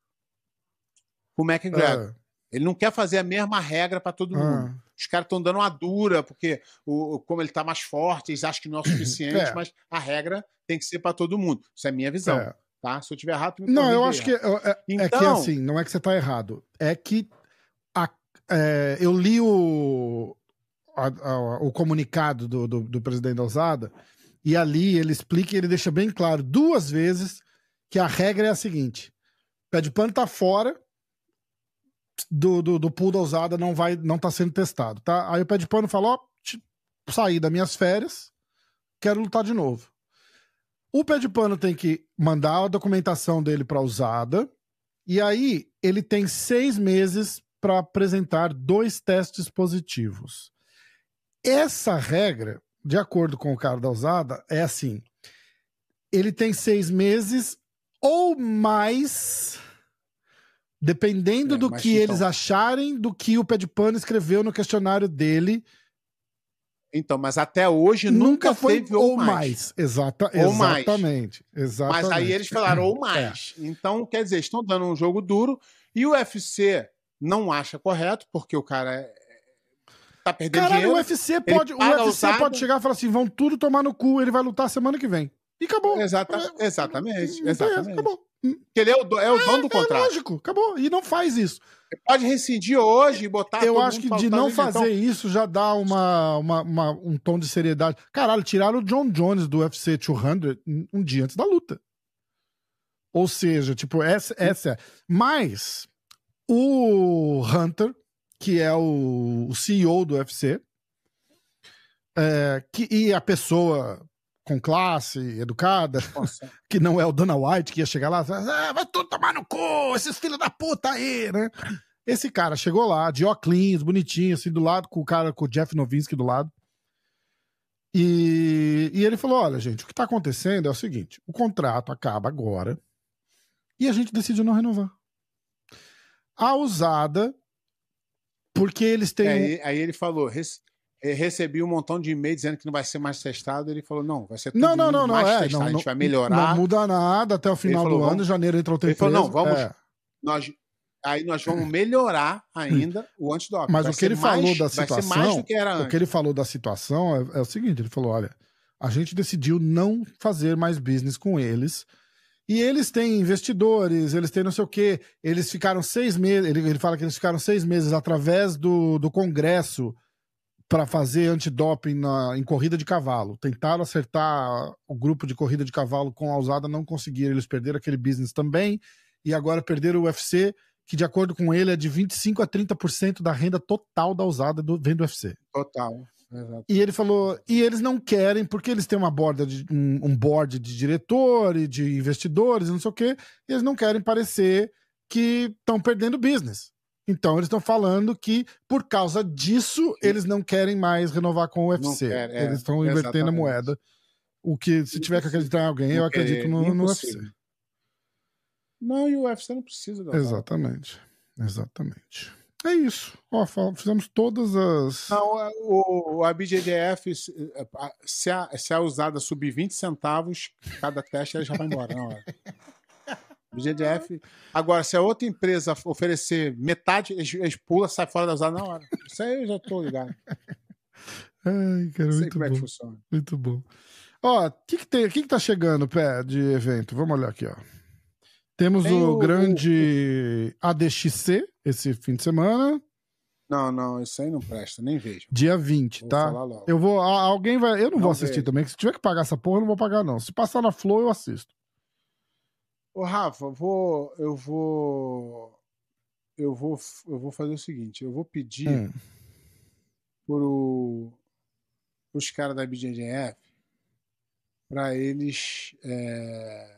com o McGregor. Ah. Ele não quer fazer a mesma regra para todo mundo. Ah. Os caras estão dando uma dura, porque o, como ele está mais forte, eles acham que não é o suficiente, é. mas a regra tem que ser para todo mundo. Isso é a minha visão. É. Tá? Se eu tiver errado, tu me Não, eu acho que é, é, então... é que assim, não é que você está errado. É que a, é, eu li o, a, a, o comunicado do, do, do presidente da usada e ali ele explica e ele deixa bem claro duas vezes que a regra é a seguinte: Pé de Pano tá fora Do, do, do pool da usada, não vai, não tá sendo testado, tá? Aí o Pé de Pano falou, ó, saí das minhas férias, quero lutar de novo. O Pé de Pano tem que mandar a documentação dele pra usada, e aí ele tem seis meses para apresentar dois testes positivos. Essa regra de acordo com o cara da usada, é assim, ele tem seis meses ou mais, dependendo É, do mas que então- eles acharem do que o pé de pano escreveu no questionário dele. Então, mas até hoje nunca, Nunca foi teve ou mais. Exata, Ou mais. exatamente, exatamente. Mas aí eles falaram ou mais. É. Então, quer dizer, estão dando um jogo duro e o U F C não acha correto, porque o cara é... tá perdendo Caralho, dinheiro. o U F C pode, o paga a U F C usada. pode chegar e falar assim, vão tudo tomar no cu, ele vai lutar semana que vem. E acabou. Exata, É, exatamente, não tem essa, exatamente. acabou. Porque ele é o, do- é o dono do É contrato. lógico, acabou. E não faz isso. Ele pode rescindir hoje e botar Eu todo acho mundo que pra de lutar não ali. fazer Então, isso já dá uma, uma, uma- um tom de seriedade. Caralho, tiraram o John Jones do U F C duzentos um um dia antes da luta. Ou seja, tipo, essa, essa é. Mas o Hunter, que é o, o C E O do U F C, é, que, e a pessoa com classe, educada, nossa, que não é o Dana White, que ia chegar lá, ah, vai tudo tomar no cu, esses filhos da puta aí, né? Esse cara chegou lá, de óculos, bonitinho, assim, do lado, com o cara, com o Jeff Novinsky do lado. E, e ele falou: olha, gente, o que tá acontecendo é o seguinte: o contrato acaba agora e a gente decidiu não renovar. A usada, porque eles têm. um- aí, aí ele falou, rece- eh, recebi um montão de e-mail dizendo que não vai ser mais testado. Ele falou, não, vai ser tudo Não, não, não, não, mais é, testado. não, a gente não, vai melhorar. não muda nada até o final falou, do ano, vamos- em janeiro entra outra Ele falou, empresa. não, vamos... é. Nós, aí nós vamos melhorar ainda o antidoping. Mas Vai o que ser ele mais- falou da Vai ser mais situação, do que era o antes. que ele falou da situação é, é o seguinte, ele falou, olha, a gente decidiu não fazer mais business com eles, e eles têm investidores, eles têm não sei o quê, eles ficaram seis meses, ele, ele fala que eles ficaram seis meses através do, do Congresso para fazer antidoping na, em corrida de cavalo. Tentaram acertar o grupo de corrida de cavalo com a usada, não conseguiram, eles perderam aquele business também, e agora perderam o U F C, que de acordo com ele é de vinte e cinco a trinta por cento da renda total da usada do, vem do U F C. Total. Exato. E ele falou, e eles não querem, porque eles têm uma borda de, um, um board de diretores, de investidores, não sei o quê, e eles não querem parecer que estão perdendo business. Então eles estão falando que, por causa disso, eles não querem mais renovar com o U F C. Não quer, é, eles estão invertendo a exatamente. moeda. O que, se tiver que acreditar em alguém, Não eu acredito querer, no, no U F C. impossível. Não, e o U F C não precisa da Exatamente. Exatamente. É isso. Ó, fal- fizemos todas as. Não, o, o- a B J J F, se a, se a, se a usada subir vinte centavos, cada teste ela já vai embora na hora. B J J F. Agora, se a outra empresa oferecer metade, eles, eles pulam, sai fora da usada na hora. Isso aí eu já tô ligado. Ai, cara, Sei muito como é bom. que funciona. Muito bom. Ó, o que que, tem- que que tá chegando, pé, de evento? Vamos olhar aqui, ó. Temos Tem o, o- grande A D X C esse fim de semana, Não, não, isso aí não presta, nem vejo. dia vinte, Vou tá? falar logo. Eu vou. a- Alguém vai. Eu não, Não vou assistir vejo. também, que se tiver que pagar essa porra, eu não vou pagar, não. Se passar na Flow, eu assisto. Ô, Rafa, eu vou, eu vou, eu vou, eu vou fazer o seguinte, eu vou pedir Hum. pro, os caras da B J J F para eles é,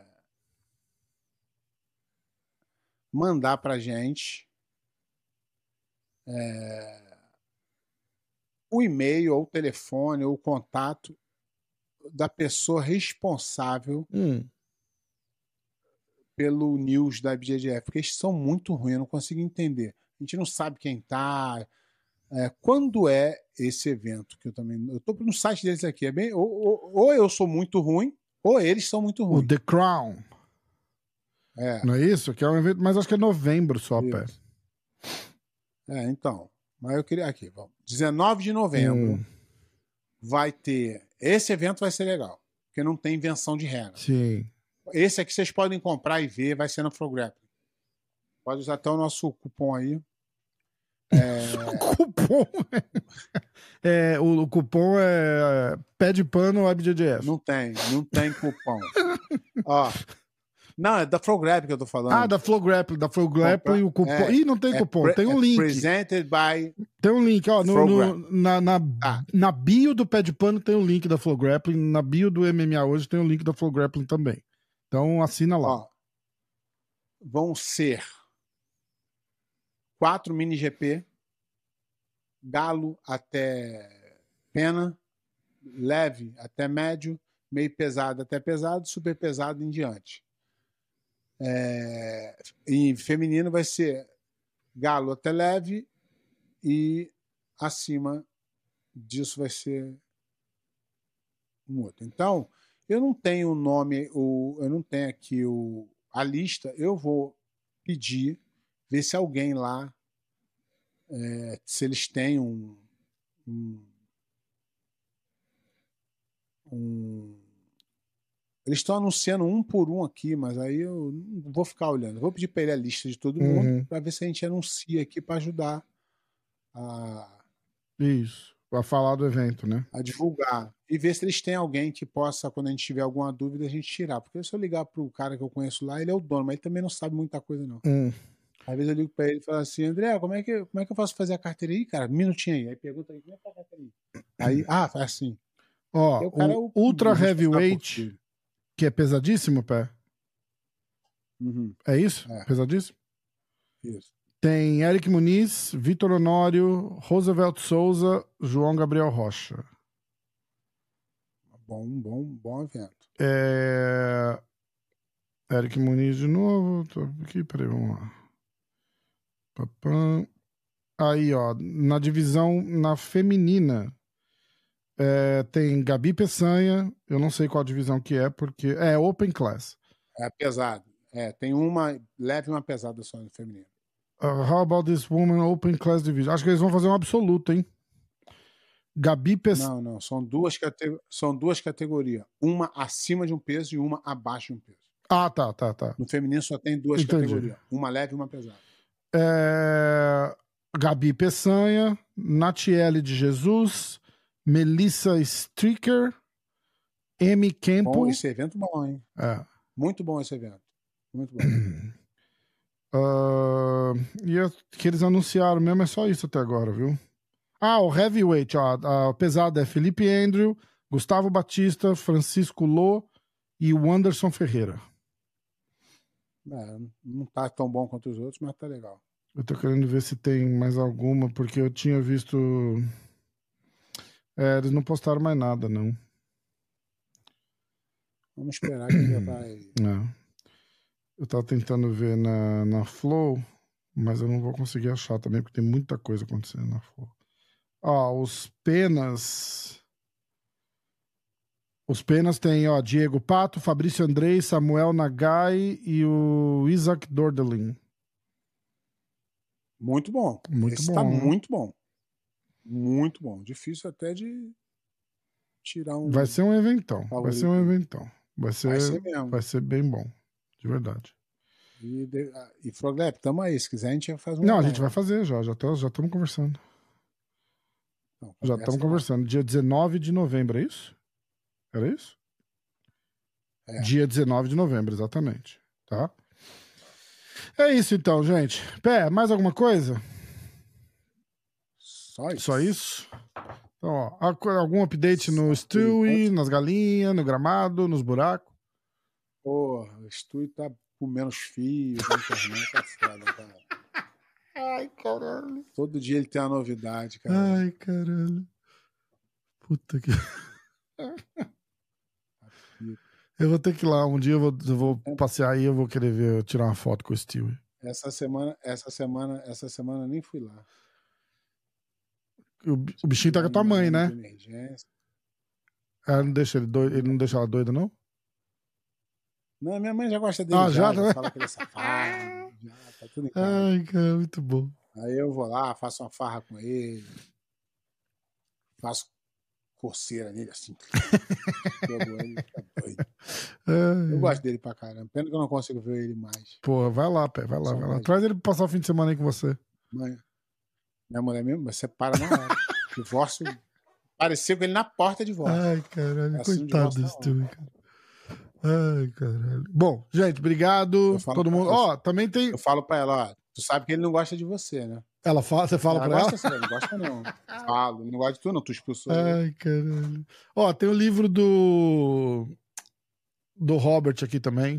mandar pra gente é, o e-mail, ou o telefone, ou o contato da pessoa responsável Hum. pelo news da B J J F, porque eles são muito ruins, eu não consigo entender. A gente não sabe quem tá. É, quando é esse evento? Que eu também. Eu tô no site deles aqui. É bem, ou, ou, ou eu sou muito ruim, ou eles são muito O ruins. The Crown. É, Não é isso? Que é um evento, mas acho que é novembro só, pé. isso. É, então. Mas eu queria. Aqui, vamos. dezenove de novembro Hum. vai ter. Esse evento vai ser legal, porque não tem invenção de regra. Sim. Esse aqui vocês podem comprar e ver, vai ser na Flowgrappling. Pode usar até o nosso cupom aí. O cupom é, o, o cupom é pé de pano A B J J F. Não tem, não tem cupom. Ó, não, é da Flowgrappling que eu tô falando. Ah, da Flow Grappling, da Flow Grappling, o cupom. É, Ih, não tem é cupom, pre- tem um é link. Presented by. Tem um link, ó, no, Flow no- Grappling. na, na, Ah. na bio do pé de pano tem o link da Flow Grappling, na bio do M M A hoje tem o link da Flow Grappling também. Então assina lá. Ó, vão ser quatro mini G P, Galo até Pena, leve até médio, meio pesado até pesado, super pesado em diante. É, e feminino vai ser galo até leve e acima disso vai ser um outro. Então, eu não tenho o nome, o, eu não tenho aqui o, a lista, eu vou pedir, ver se alguém lá, é, se eles têm um, um, um eles estão anunciando um por um aqui, mas aí eu não vou ficar olhando. Vou pedir para ele a lista de todo mundo Uhum. para ver se a gente anuncia aqui para ajudar a, Isso. Pra falar do evento, né? a divulgar. E ver se eles têm alguém que possa, quando a gente tiver alguma dúvida, a gente tirar. Porque se eu ligar pro cara que eu conheço lá, ele é o dono, mas ele também não sabe muita coisa, não. Hum. Às vezes eu ligo para ele e falo assim, André, como é, que, como é que eu faço fazer a carteira aí, cara? Um minutinho aí. Aí pergunta aí, como é que é a carteira aí? Aí, ah, faz assim. Ó, o, cara o é o Ultra o responsável por Heavyweight, tudo. que é pesadíssimo, pé. Uhum, É isso? É. Pesadíssimo? isso. Tem Eric Muniz, Vitor Honório, Roosevelt Souza, João Gabriel Rocha. Bom, bom, bom evento. É... Eric Muniz de novo. Tô aqui, peraí, vamos lá. Papam. Aí, ó, na divisão, na feminina, é, tem Gabi Peçanha, eu não sei qual divisão que é, porque é Open Class. É pesado. É, tem uma leve e uma pesada só no feminino. Uh, how about this woman Open Class Division? Acho que eles vão fazer um absoluto, hein? Gabi Peçanha. Não, não, são duas, cate... são duas categorias. Uma acima de um peso e uma abaixo de um peso. Ah, tá, tá, tá. No feminino só tem duas Entendi. categorias. Uma leve e uma pesada. É... Gabi Peçanha, Natiele de Jesus, Melissa Stricker, Amy Campbell. Bom, esse evento bom, hein? É. Muito bom esse evento. Muito bom. Uh, e o que eles anunciaram mesmo é só isso até agora, viu? Ah, o Heavyweight, ó, a pesada é Felipe Andrew, Gustavo Batista, Francisco Lô e o Anderson Ferreira. É, não tá tão bom quanto os outros, mas tá legal. Eu tô querendo ver se tem mais alguma, porque eu tinha visto... É, eles não postaram mais nada, não. Vamos esperar que já vai... É. Eu tava tentando ver na, na Flow, mas eu não vou conseguir achar também, porque tem muita coisa acontecendo na Flow. Ó, os Penas... Os Penas tem, ó, Diego Pato, Fabrício Andrei, Samuel Nagai e o Isaac Dordelin. Muito bom. Muito Esse bom. tá muito bom. Muito bom. Difícil até de tirar um... Vai ser um eventão. favorito. Vai ser um eventão. Vai ser, Vai ser mesmo. vai ser bem bom. De verdade. E, de... e Froglep, tamo aí. Se quiser, a gente faz um... Não, a gente vai fazer já. Já estamos já conversando. Não, Já estamos conversando. Dia dezenove de novembro, é isso? Era isso? É. Dia dezenove de novembro, exatamente. Tá? É isso então, gente. Pé, mais alguma coisa? Só isso. Só isso? Então, ó, algum update no Stewie, nas galinhas, no gramado, nos buracos? Porra, o Stewie tá com menos fios, a internet tá foda, cara. Ai, caralho. Todo dia ele tem uma novidade, cara. Ai, caralho. Puta que... Eu vou ter que ir lá. Um dia eu vou, eu vou passear aí, eu vou querer ver, tirar uma foto com o Stewie. Essa semana, essa semana, essa semana eu nem fui lá. O, o bichinho tá com a tua mãe, né? Emergência. Ela não deixa ele doido, ele não deixa ela doida, não? Não, minha mãe já gosta dele. Ah, já, já, já tá? fala que ele é safado. Já, tá tudo em casa. Ai, cara, muito bom. Aí eu vou lá, faço uma farra com ele. Faço coceira nele assim. ele fica doido. Ai. Eu gosto dele pra caramba. Pena que eu não consigo ver ele mais. Pô, vai lá, pé, vai lá, Só vai lá. mais. Traz ele pra passar o fim de semana aí com você. Mãe, minha mulher mesmo, você para na hora. Divórcio. Pareceu com ele na porta de divórcio. Ai, caralho, Assino coitado divórcio na desse Stewie, cara. Ai, caralho. Bom, gente, obrigado. Eu falo Todo pra- mundo. eu- Ó, também tem. Eu falo pra ela, ó, tu sabe que ele não gosta de você, né? Ela fala, você fala ela pra ela? gosta, ela não gosta não. Falo, ele não gosta de tu não, tu expulsou ele. Ai, caralho. Ó, tem o livro do. Do Robert aqui também.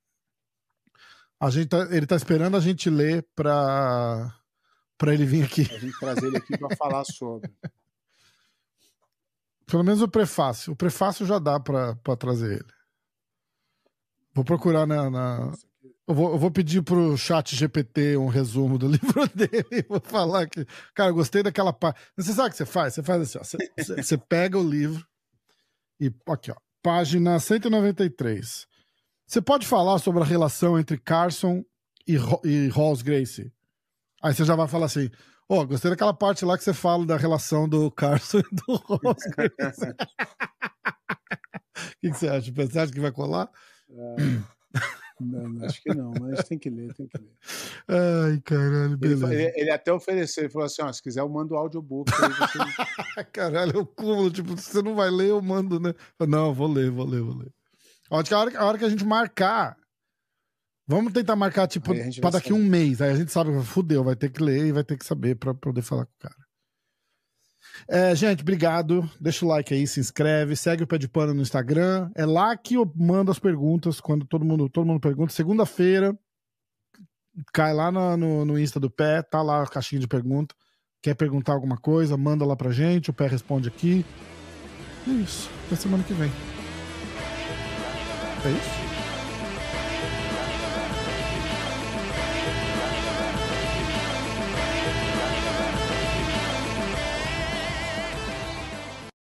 A gente tá, ele tá esperando a gente ler pra. Pra ele vir aqui. A gente trazer ele aqui pra falar sobre. Pelo menos o prefácio. O prefácio já dá pra, pra trazer ele. Vou procurar na... na... Eu, vou, eu vou pedir pro chat G P T um resumo do livro dele. Vou falar que... Cara, eu gostei daquela parte. Você sabe o que você faz? Você faz assim, ó. Você, você, você pega o livro e... Aqui, ó. Página cento e noventa e três. Você pode falar sobre a relação entre Carson e, e Rolls Gracie? Aí você já vai falar assim... Ó, oh, gostei daquela parte lá que você fala da relação do Carson e do Rolls Gracie. O que, que você acha? Você acha que vai colar? Uh, não, acho que não, mas tem que ler, tem que ler. Ai, caralho, beleza. Ele, ele até ofereceu, ele falou assim, ó, se quiser eu mando o audiobook. Aí você... Caralho, eu cúmulo, tipo, se você não vai ler, eu mando, né? Não, vou ler, vou ler, vou ler. A hora, a hora que a gente marcar, vamos tentar marcar, tipo, pra daqui um mês. Aí a gente sabe, fudeu, vai ter que ler e vai ter que saber pra poder falar com o cara. É, gente, obrigado. Deixa o like aí, se inscreve, segue o Pé de Pano no Instagram. É lá que eu mando as perguntas, quando todo mundo, todo mundo pergunta. Segunda-feira, cai lá no, no, no Insta do Pé, tá lá a caixinha de pergunta. Quer perguntar alguma coisa, manda lá pra gente, o Pé responde aqui. É isso, até semana que vem. É isso?